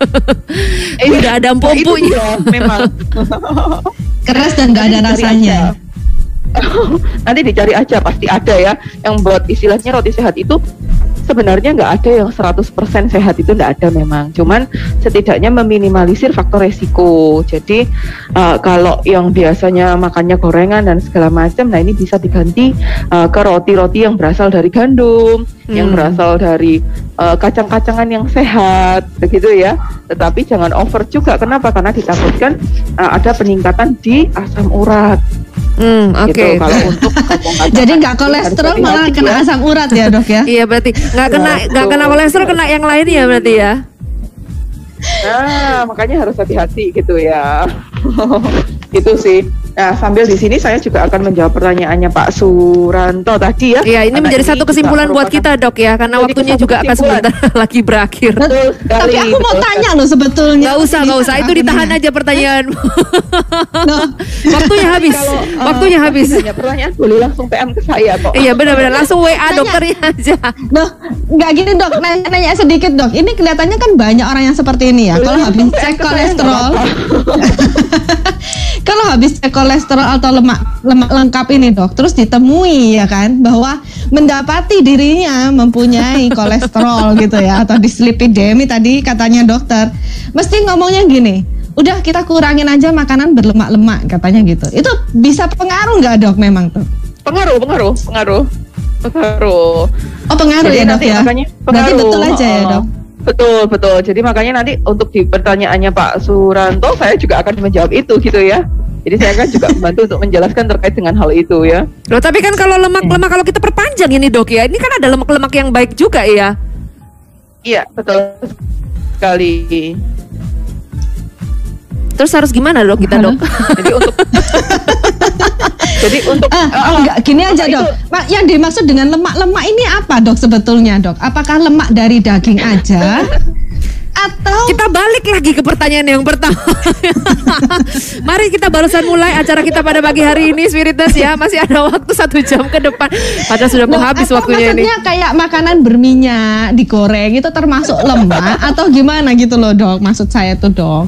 Eh, Udah ada nah, itu empuk-empuknya. dia, memang. Keras dan nggak ada Nanti dicari rasanya. aja. Nanti dicari aja pasti ada ya yang buat istilahnya roti sehat itu sebenarnya nggak ada yang seratus persen sehat, itu nggak ada memang. Cuman setidaknya meminimalisir faktor resiko. Jadi uh, kalau yang biasanya makannya gorengan dan segala macam, nah ini bisa diganti uh, ke roti-roti yang berasal dari gandum, hmm. yang berasal dari uh, kacang-kacangan yang sehat, begitu ya. Tetapi jangan over juga. Kenapa? Karena ditakutkan uh, ada peningkatan di asam urat. Hmm, oke. Okay. Gitu, kalau untuk kacang-kacangan. Jadi nggak kolesterol malah kena ya. Asam urat ya dok ya? Iya berarti nggak kena nggak kena kolesterol, kena yang lain ya berarti ya? Nah makanya harus hati-hati gitu ya. Itu sih. Nah sambil di sini saya juga akan menjawab pertanyaannya Pak Suranto tadi ya. Iya ini karena menjadi ini satu kesimpulan buat kita dok ya, karena waktunya juga akan sebentar lagi berakhir. Betul sekali, Tapi aku mau betul. tanya loh sebetulnya. Nggak usah nggak usah, itu ditahan aja pertanyaan. Waktunya habis, Kalau, uh, waktunya habis. Hanya pertanyaan boleh langsung P M ke saya kok. Iya benar-benar langsung W A dokternya aja. Noh, nggak gini dok, nanya, nanya sedikit dok. Ini kelihatannya kan banyak orang yang seperti ini ya. Boleh Kalau habis langsung P M cek ke saya, kolesterol, nggak kalau habis cek kolesterol atau lemak lemak lengkap ini dok, terus ditemui ya kan bahwa mendapati dirinya mempunyai kolesterol gitu ya, atau dislipidemi tadi katanya dokter, mesti ngomongnya gini, udah kita kurangin aja makanan berlemak-lemak katanya gitu. Itu bisa pengaruh nggak dok memang tuh? Pengaruh, pengaruh, pengaruh, pengaruh. Oh pengaruh Jadi ya dok nanti ya? makanya Berarti pengaruh, betul aja ya uh, dok? Betul, betul. Jadi makanya nanti untuk di pertanyaannya Pak Suranto, saya juga akan menjawab itu gitu ya. Jadi saya akan juga membantu untuk menjelaskan terkait dengan hal itu ya. Loh tapi kan kalau lemak-lemak kalau kita perpanjang ini dok ya, ini kan ada lemak-lemak yang baik juga ya. Iya, betul sekali. Terus harus gimana dok kita dok? Jadi untuk Jadi untuk Ah, uh, enggak, gini aja itu- dok. Ma- Yang dimaksud dengan lemak-lemak ini apa dok sebetulnya dok? Apakah lemak dari daging aja? Atau Kita balik lagi ke pertanyaan yang pertama. Mari kita barusan mulai acara kita pada pagi hari ini Spiritus ya. Masih ada waktu satu jam ke depan. Padahal sudah mau Loh, habis atau waktunya ini. maksudnya kayak makanan berminyak digoreng itu termasuk lemak atau gimana gitu loh dok? Maksud saya tuh dok.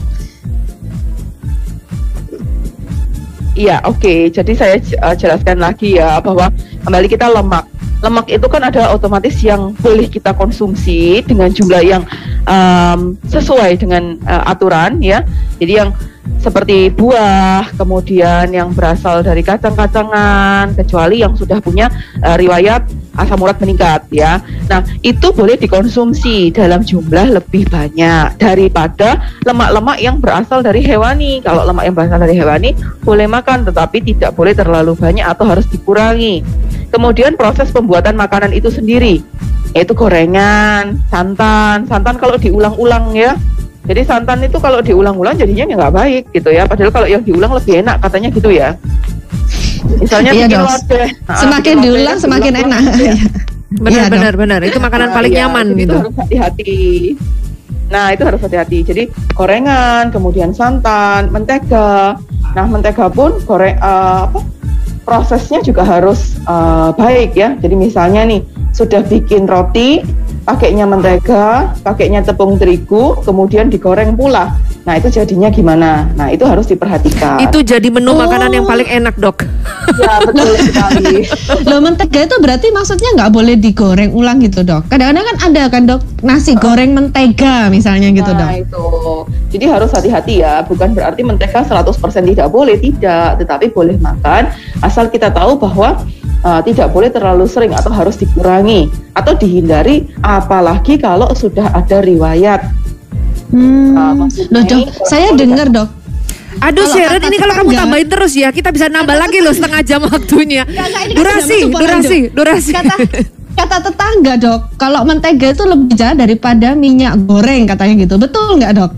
Iya, oke. Jadi saya uh, jelaskan lagi ya bahwa kembali kita lemak. Lemak itu kan ada otomatis yang boleh kita konsumsi dengan jumlah yang um, sesuai dengan uh, aturan ya. Jadi yang seperti buah, kemudian yang berasal dari kacang-kacangan, kecuali yang sudah punya uh, riwayat asam urat meningkat ya. Nah, itu boleh dikonsumsi dalam jumlah lebih banyak daripada lemak-lemak yang berasal dari hewani. Kalau lemak yang berasal dari hewani boleh makan, tetapi tidak boleh terlalu banyak atau harus dikurangi. Kemudian proses pembuatan makanan itu sendiri, yaitu gorengan, santan. Santan kalau diulang-ulang ya. Jadi santan itu kalau diulang-ulang jadinya nggak baik gitu ya. Padahal kalau yang diulang lebih enak katanya gitu ya. Misalnya Iya, bikin Dos. lodeh. Nah, Semakin bikin diulang lodeh, semakin diulang-ulang enak. gitu ya. Benar Iya, benar benar. Itu makanan Nah, paling iya, nyaman jadi gitu. Itu harus hati-hati. Nah, itu harus hati-hati. Jadi gorengan, kemudian santan, mentega. Nah, mentega pun goreng uh, apa? Prosesnya juga harus uh, baik ya. Jadi misalnya nih sudah bikin roti, pakainya mentega, pakainya tepung terigu, kemudian digoreng pula. Nah itu jadinya gimana? Nah itu harus diperhatikan. Itu jadi menu Oh. makanan yang paling enak dok. Ya betul sekali. Loh mentega itu berarti maksudnya nggak boleh digoreng ulang gitu dok? Kadang-kadang kan ada kan dok nasi goreng mentega misalnya gitu dok. Nah itu. Jadi harus hati-hati ya. Bukan berarti mentega seratus persen tidak boleh, tidak. Tetapi boleh makan asal kita tahu bahwa uh, tidak boleh terlalu sering atau harus dikurangi atau dihindari. Apalagi kalau sudah ada riwayat. Hmm. Nah, maksudnya Loh dok, ini saya kalau dengar dok. Aduh Kalau Sharon, kata ini kalau kamu tetangga- tambahin terus ya, kita bisa nambah lagi loh setengah jam waktunya. Enggak, enggak, ini kan Durasi, sudah masuk durasi, pola, Dok. durasi. Kata kata tetangga dok, kalau mentega itu lebih jahat daripada minyak goreng katanya gitu. Betul nggak dok?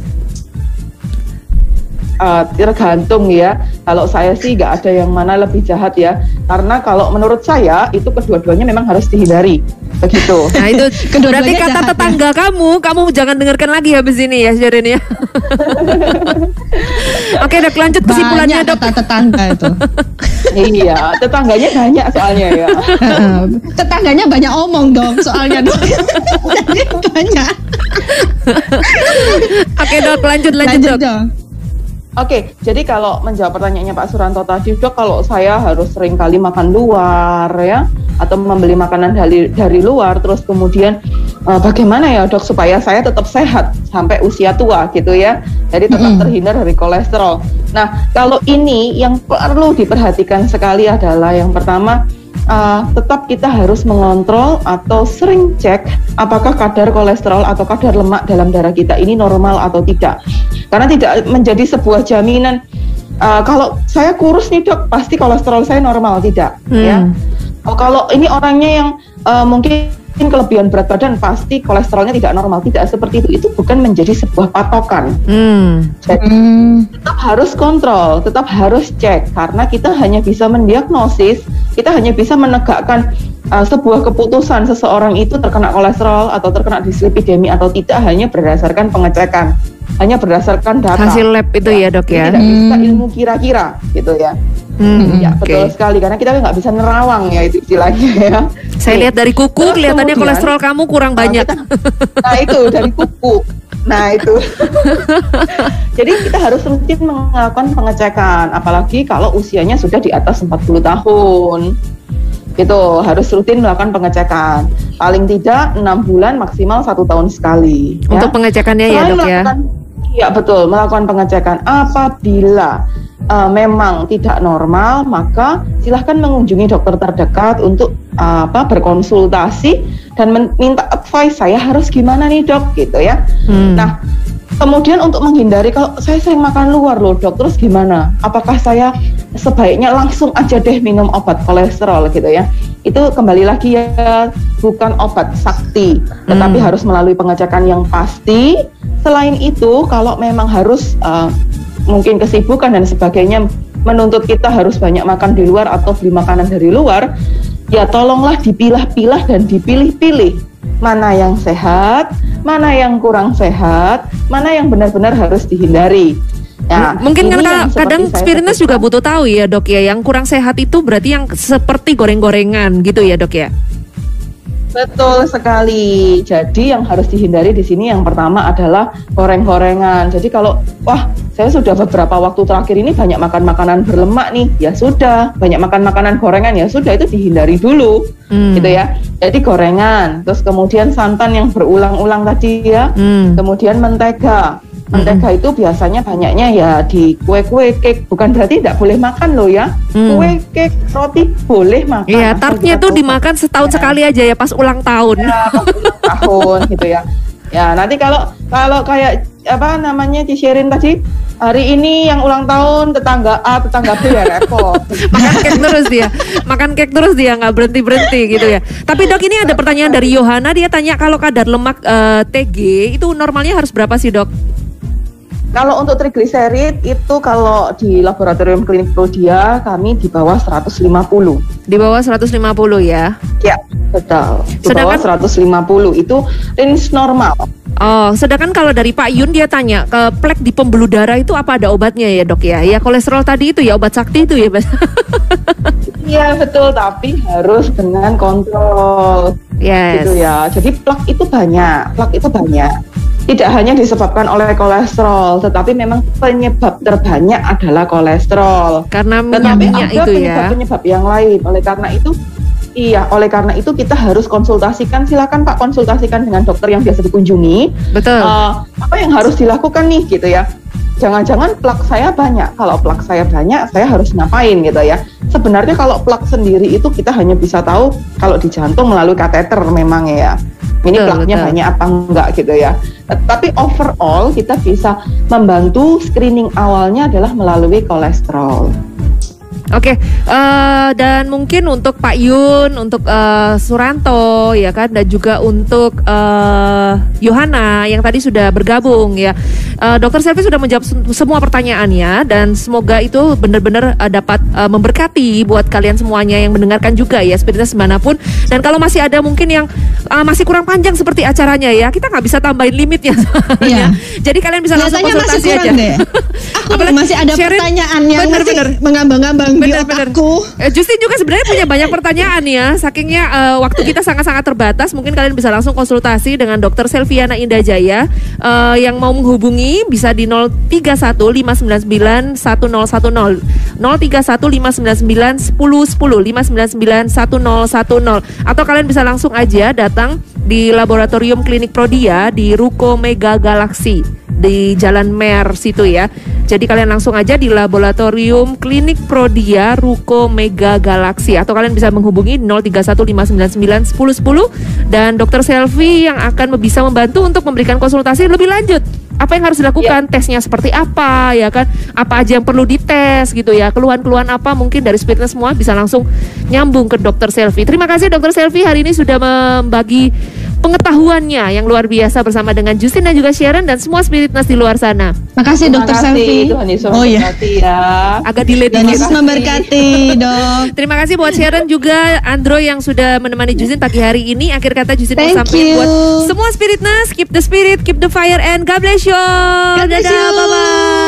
Uh, tergantung ya. Kalau saya sih nggak ada yang mana lebih jahat ya. Karena kalau menurut saya itu kedua-duanya memang harus dihindari. Begitu. Nah itu Kedua-duanya berarti kata jahat, ya. tetangga kamu, kamu jangan dengarkan lagi habis ini ya Sharon ya. Oke dok, lanjut kesimpulannya Banyak dok. kata tetangga itu. Iya, tetangganya banyak soalnya ya. Heeh. Tetangganya banyak omong dong soalnya dok. Jadi banyak. Oke dok, lanjut lanjut, Lanjut dok. dong. Oke, jadi kalau menjawab pertanyaannya Pak Suranto tadi, dok, kalau saya harus sering kali makan luar ya, atau membeli makanan dari dari luar, terus kemudian uh, bagaimana ya dok supaya saya tetap sehat sampai usia tua gitu ya, jadi tetap Mm-mm. terhindar dari kolesterol. Nah kalau ini yang perlu diperhatikan sekali adalah yang pertama, uh, tetap kita harus mengontrol atau sering cek apakah kadar kolesterol atau kadar lemak dalam darah kita ini normal atau tidak, karena tidak menjadi sebuah jaminan. Uh, kalau saya kurus nih dok, pasti kolesterol saya normal, tidak Hmm. ya. Oh, kalau ini orangnya yang uh, mungkin kelebihan berat badan, pasti kolesterolnya tidak normal, tidak seperti itu. Itu bukan menjadi sebuah patokan. Hmm. Jadi Hmm. tetap harus kontrol, tetap harus cek, karena kita hanya bisa mendiagnosis, kita hanya bisa menegakkan uh, sebuah keputusan seseorang itu terkena kolesterol atau terkena dislipidemi atau tidak hanya berdasarkan pengecekan, hanya berdasarkan data. Hasil lab itu ya dok ya. Tidak bisa Hmm. ilmu kira-kira gitu ya. Hmm, Ya oke. betul sekali, karena kita nggak bisa nerawang ya itu istilahnya ya. Saya Nih, lihat dari kuku terus kelihatannya kemudian, kolesterol kamu kurang uh, banyak. kita- nah itu dari kuku. Nah itu. Jadi kita harus rutin melakukan pengecekan, apalagi kalau usianya sudah di atas empat puluh tahun. Gitu, harus rutin melakukan pengecekan. Paling tidak enam bulan, maksimal satu tahun sekali. ya. Untuk pengecekannya ya Selain dok ya. melakukan- Iya betul, melakukan pengecekan. Apabila uh, memang tidak normal, maka silahkan mengunjungi dokter terdekat untuk uh, apa berkonsultasi dan meminta advice, saya harus gimana nih dok, gitu ya. Hmm. Nah, kemudian untuk menghindari, kalau saya sering makan luar loh dok, terus gimana? Apakah saya sebaiknya langsung aja deh minum obat kolesterol gitu ya? Itu kembali lagi ya, bukan obat sakti, tetapi Hmm. harus melalui pengecekan yang pasti. Selain itu, kalau memang harus uh, mungkin kesibukan dan sebagainya menuntut kita harus banyak makan di luar atau beli makanan dari luar, ya tolonglah dipilah-pilah dan dipilih-pilih mana yang sehat, mana yang kurang sehat, mana yang benar-benar harus dihindari. Nah, M- Mungkin ini kan yang ka- seperti kadang saya Spiriners juga sebutkan. butuh tahu ya dok ya, yang kurang sehat itu berarti yang seperti goreng-gorengan gitu ya dok ya. Betul sekali. Jadi yang harus dihindari di sini yang pertama adalah goreng-gorengan. Jadi kalau wah saya sudah beberapa waktu terakhir ini banyak makan makanan berlemak nih, ya sudah banyak makan makanan gorengan, ya sudah itu dihindari dulu, Hmm. gitu ya. Jadi gorengan, terus kemudian santan yang berulang-ulang tadi ya, Hmm. kemudian mentega. Mentega itu biasanya banyaknya ya di kue-kue, cake. Bukan berarti tidak boleh makan loh ya. Hmm. Kue, cake, roti boleh makan. Iya, asal tartnya kita tuh tahu dimakan setahun Ya. sekali aja ya pas ulang tahun. Ya, pas ulang tahun gitu ya. Ya, nanti kalau kalau kayak apa namanya Ci Sherin tadi, hari ini yang ulang tahun tetangga A, tetangga B ya repot. Makan cake terus dia, makan cake terus dia nggak berhenti berhenti gitu ya. Tapi dok ini ada pertanyaan dari Yohana, dia tanya kalau kadar lemak eh, T G itu normalnya harus berapa sih dok? Kalau untuk trigliserid itu kalau di laboratorium klinik Prodia kami di bawah seratus lima puluh. Di bawah seratus lima puluh ya. Ya, betul. Di Sedangkan- bawah seratus lima puluh itu range normal. Oh, sedangkan kalau dari Pak Yun dia tanya ke plek di pembuluh darah itu apa ada obatnya ya dok ya? Ya kolesterol tadi itu ya obat sakti itu ya. Mas? Iya betul, tapi harus dengan kontrol. Yes. Gitu ya. Jadi plak itu banyak, plak itu banyak. Tidak hanya disebabkan oleh kolesterol, tetapi memang penyebab terbanyak adalah kolesterol. Karena Tetapi minyak ada itu ya. penyebab-penyebab yang lain. Oleh karena itu, iya, oleh karena itu kita harus konsultasikan. Silakan Pak konsultasikan dengan dokter yang biasa dikunjungi. Betul. Eh, apa yang harus dilakukan nih, gitu ya? Jangan-jangan plak saya banyak. Kalau plak saya banyak, saya harus ngapain gitu ya? Sebenarnya kalau plak sendiri itu kita hanya bisa tahu kalau di jantung melalui kateter memang ya. Ini Betul, plaknya betul. banyak apa enggak gitu ya. Tapi overall kita bisa membantu screening awalnya adalah melalui kolesterol. Oke, eh, dan mungkin untuk Pak Yun, untuk eh, Suranto, ya kan, dan juga untuk eh, Yohana yang tadi sudah bergabung, ya. Eh, Dokter Selvi sudah menjawab sem- semua pertanyaannya, dan semoga itu benar-benar eh, dapat eh, memberkati buat kalian semuanya yang mendengarkan juga, ya, Spiriners dimanapun. Dan kalau masih ada mungkin yang eh, masih kurang panjang seperti acaranya, ya, kita nggak bisa tambahin limitnya. Iya. Jadi kalian bisa langsung Biasanya masih konsultasi kurang aja. deh. Aku Apalagi masih ada Sherin, pertanyaan yang bener-bener. masih mengambang-ambang yang di Bener-bener. otakku. Eh, Justin juga sebenarnya punya banyak pertanyaan ya. Sakingnya eh, waktu kita sangat-sangat terbatas, mungkin kalian bisa langsung konsultasi dengan dokter Selviana Indajaya. Eh, yang mau menghubungi bisa di nol tiga satu lima sembilan sembilan satu nol satu nol, nol tiga satu lima sembilan sembilan sepuluh sepuluh, lima sembilan sembilan satu nol satu nol, atau kalian bisa langsung aja datang di Laboratorium Klinik Prodia di Ruko Mega Galaxy di Jalan Mer situ ya. Jadi kalian langsung aja di Laboratorium Klinik Prodia Ruko Mega Galaxy, atau kalian bisa menghubungi nol tiga satu lima sembilan sembilan sepuluh sepuluh, dan dokter Selvi yang akan bisa membantu untuk memberikan konsultasi lebih lanjut. Apa yang harus dilakukan, tesnya seperti apa ya kan, apa aja yang perlu dites gitu ya, keluhan-keluhan apa mungkin dari Spiritness semua bisa langsung nyambung ke dokter Selvi. Terima kasih dokter Selvi hari ini sudah membagi pengetahuannya yang luar biasa bersama dengan Justin dan juga Sharon dan semua Spiritness di luar sana. Makasih Terima dokter kasih, Selvi. Tuhan Yesus Oh iya. memberkati ya. Agak delay Dan dikit. Yesus memberkati, Dok. Terima kasih buat Sharon juga Andro yang sudah menemani Justin pagi hari ini. Akhir kata Justin mau Thank sampaikan you. buat semua Spiritness, keep the spirit, keep the fire, and God bless you. God bless Dadah, you. bye-bye.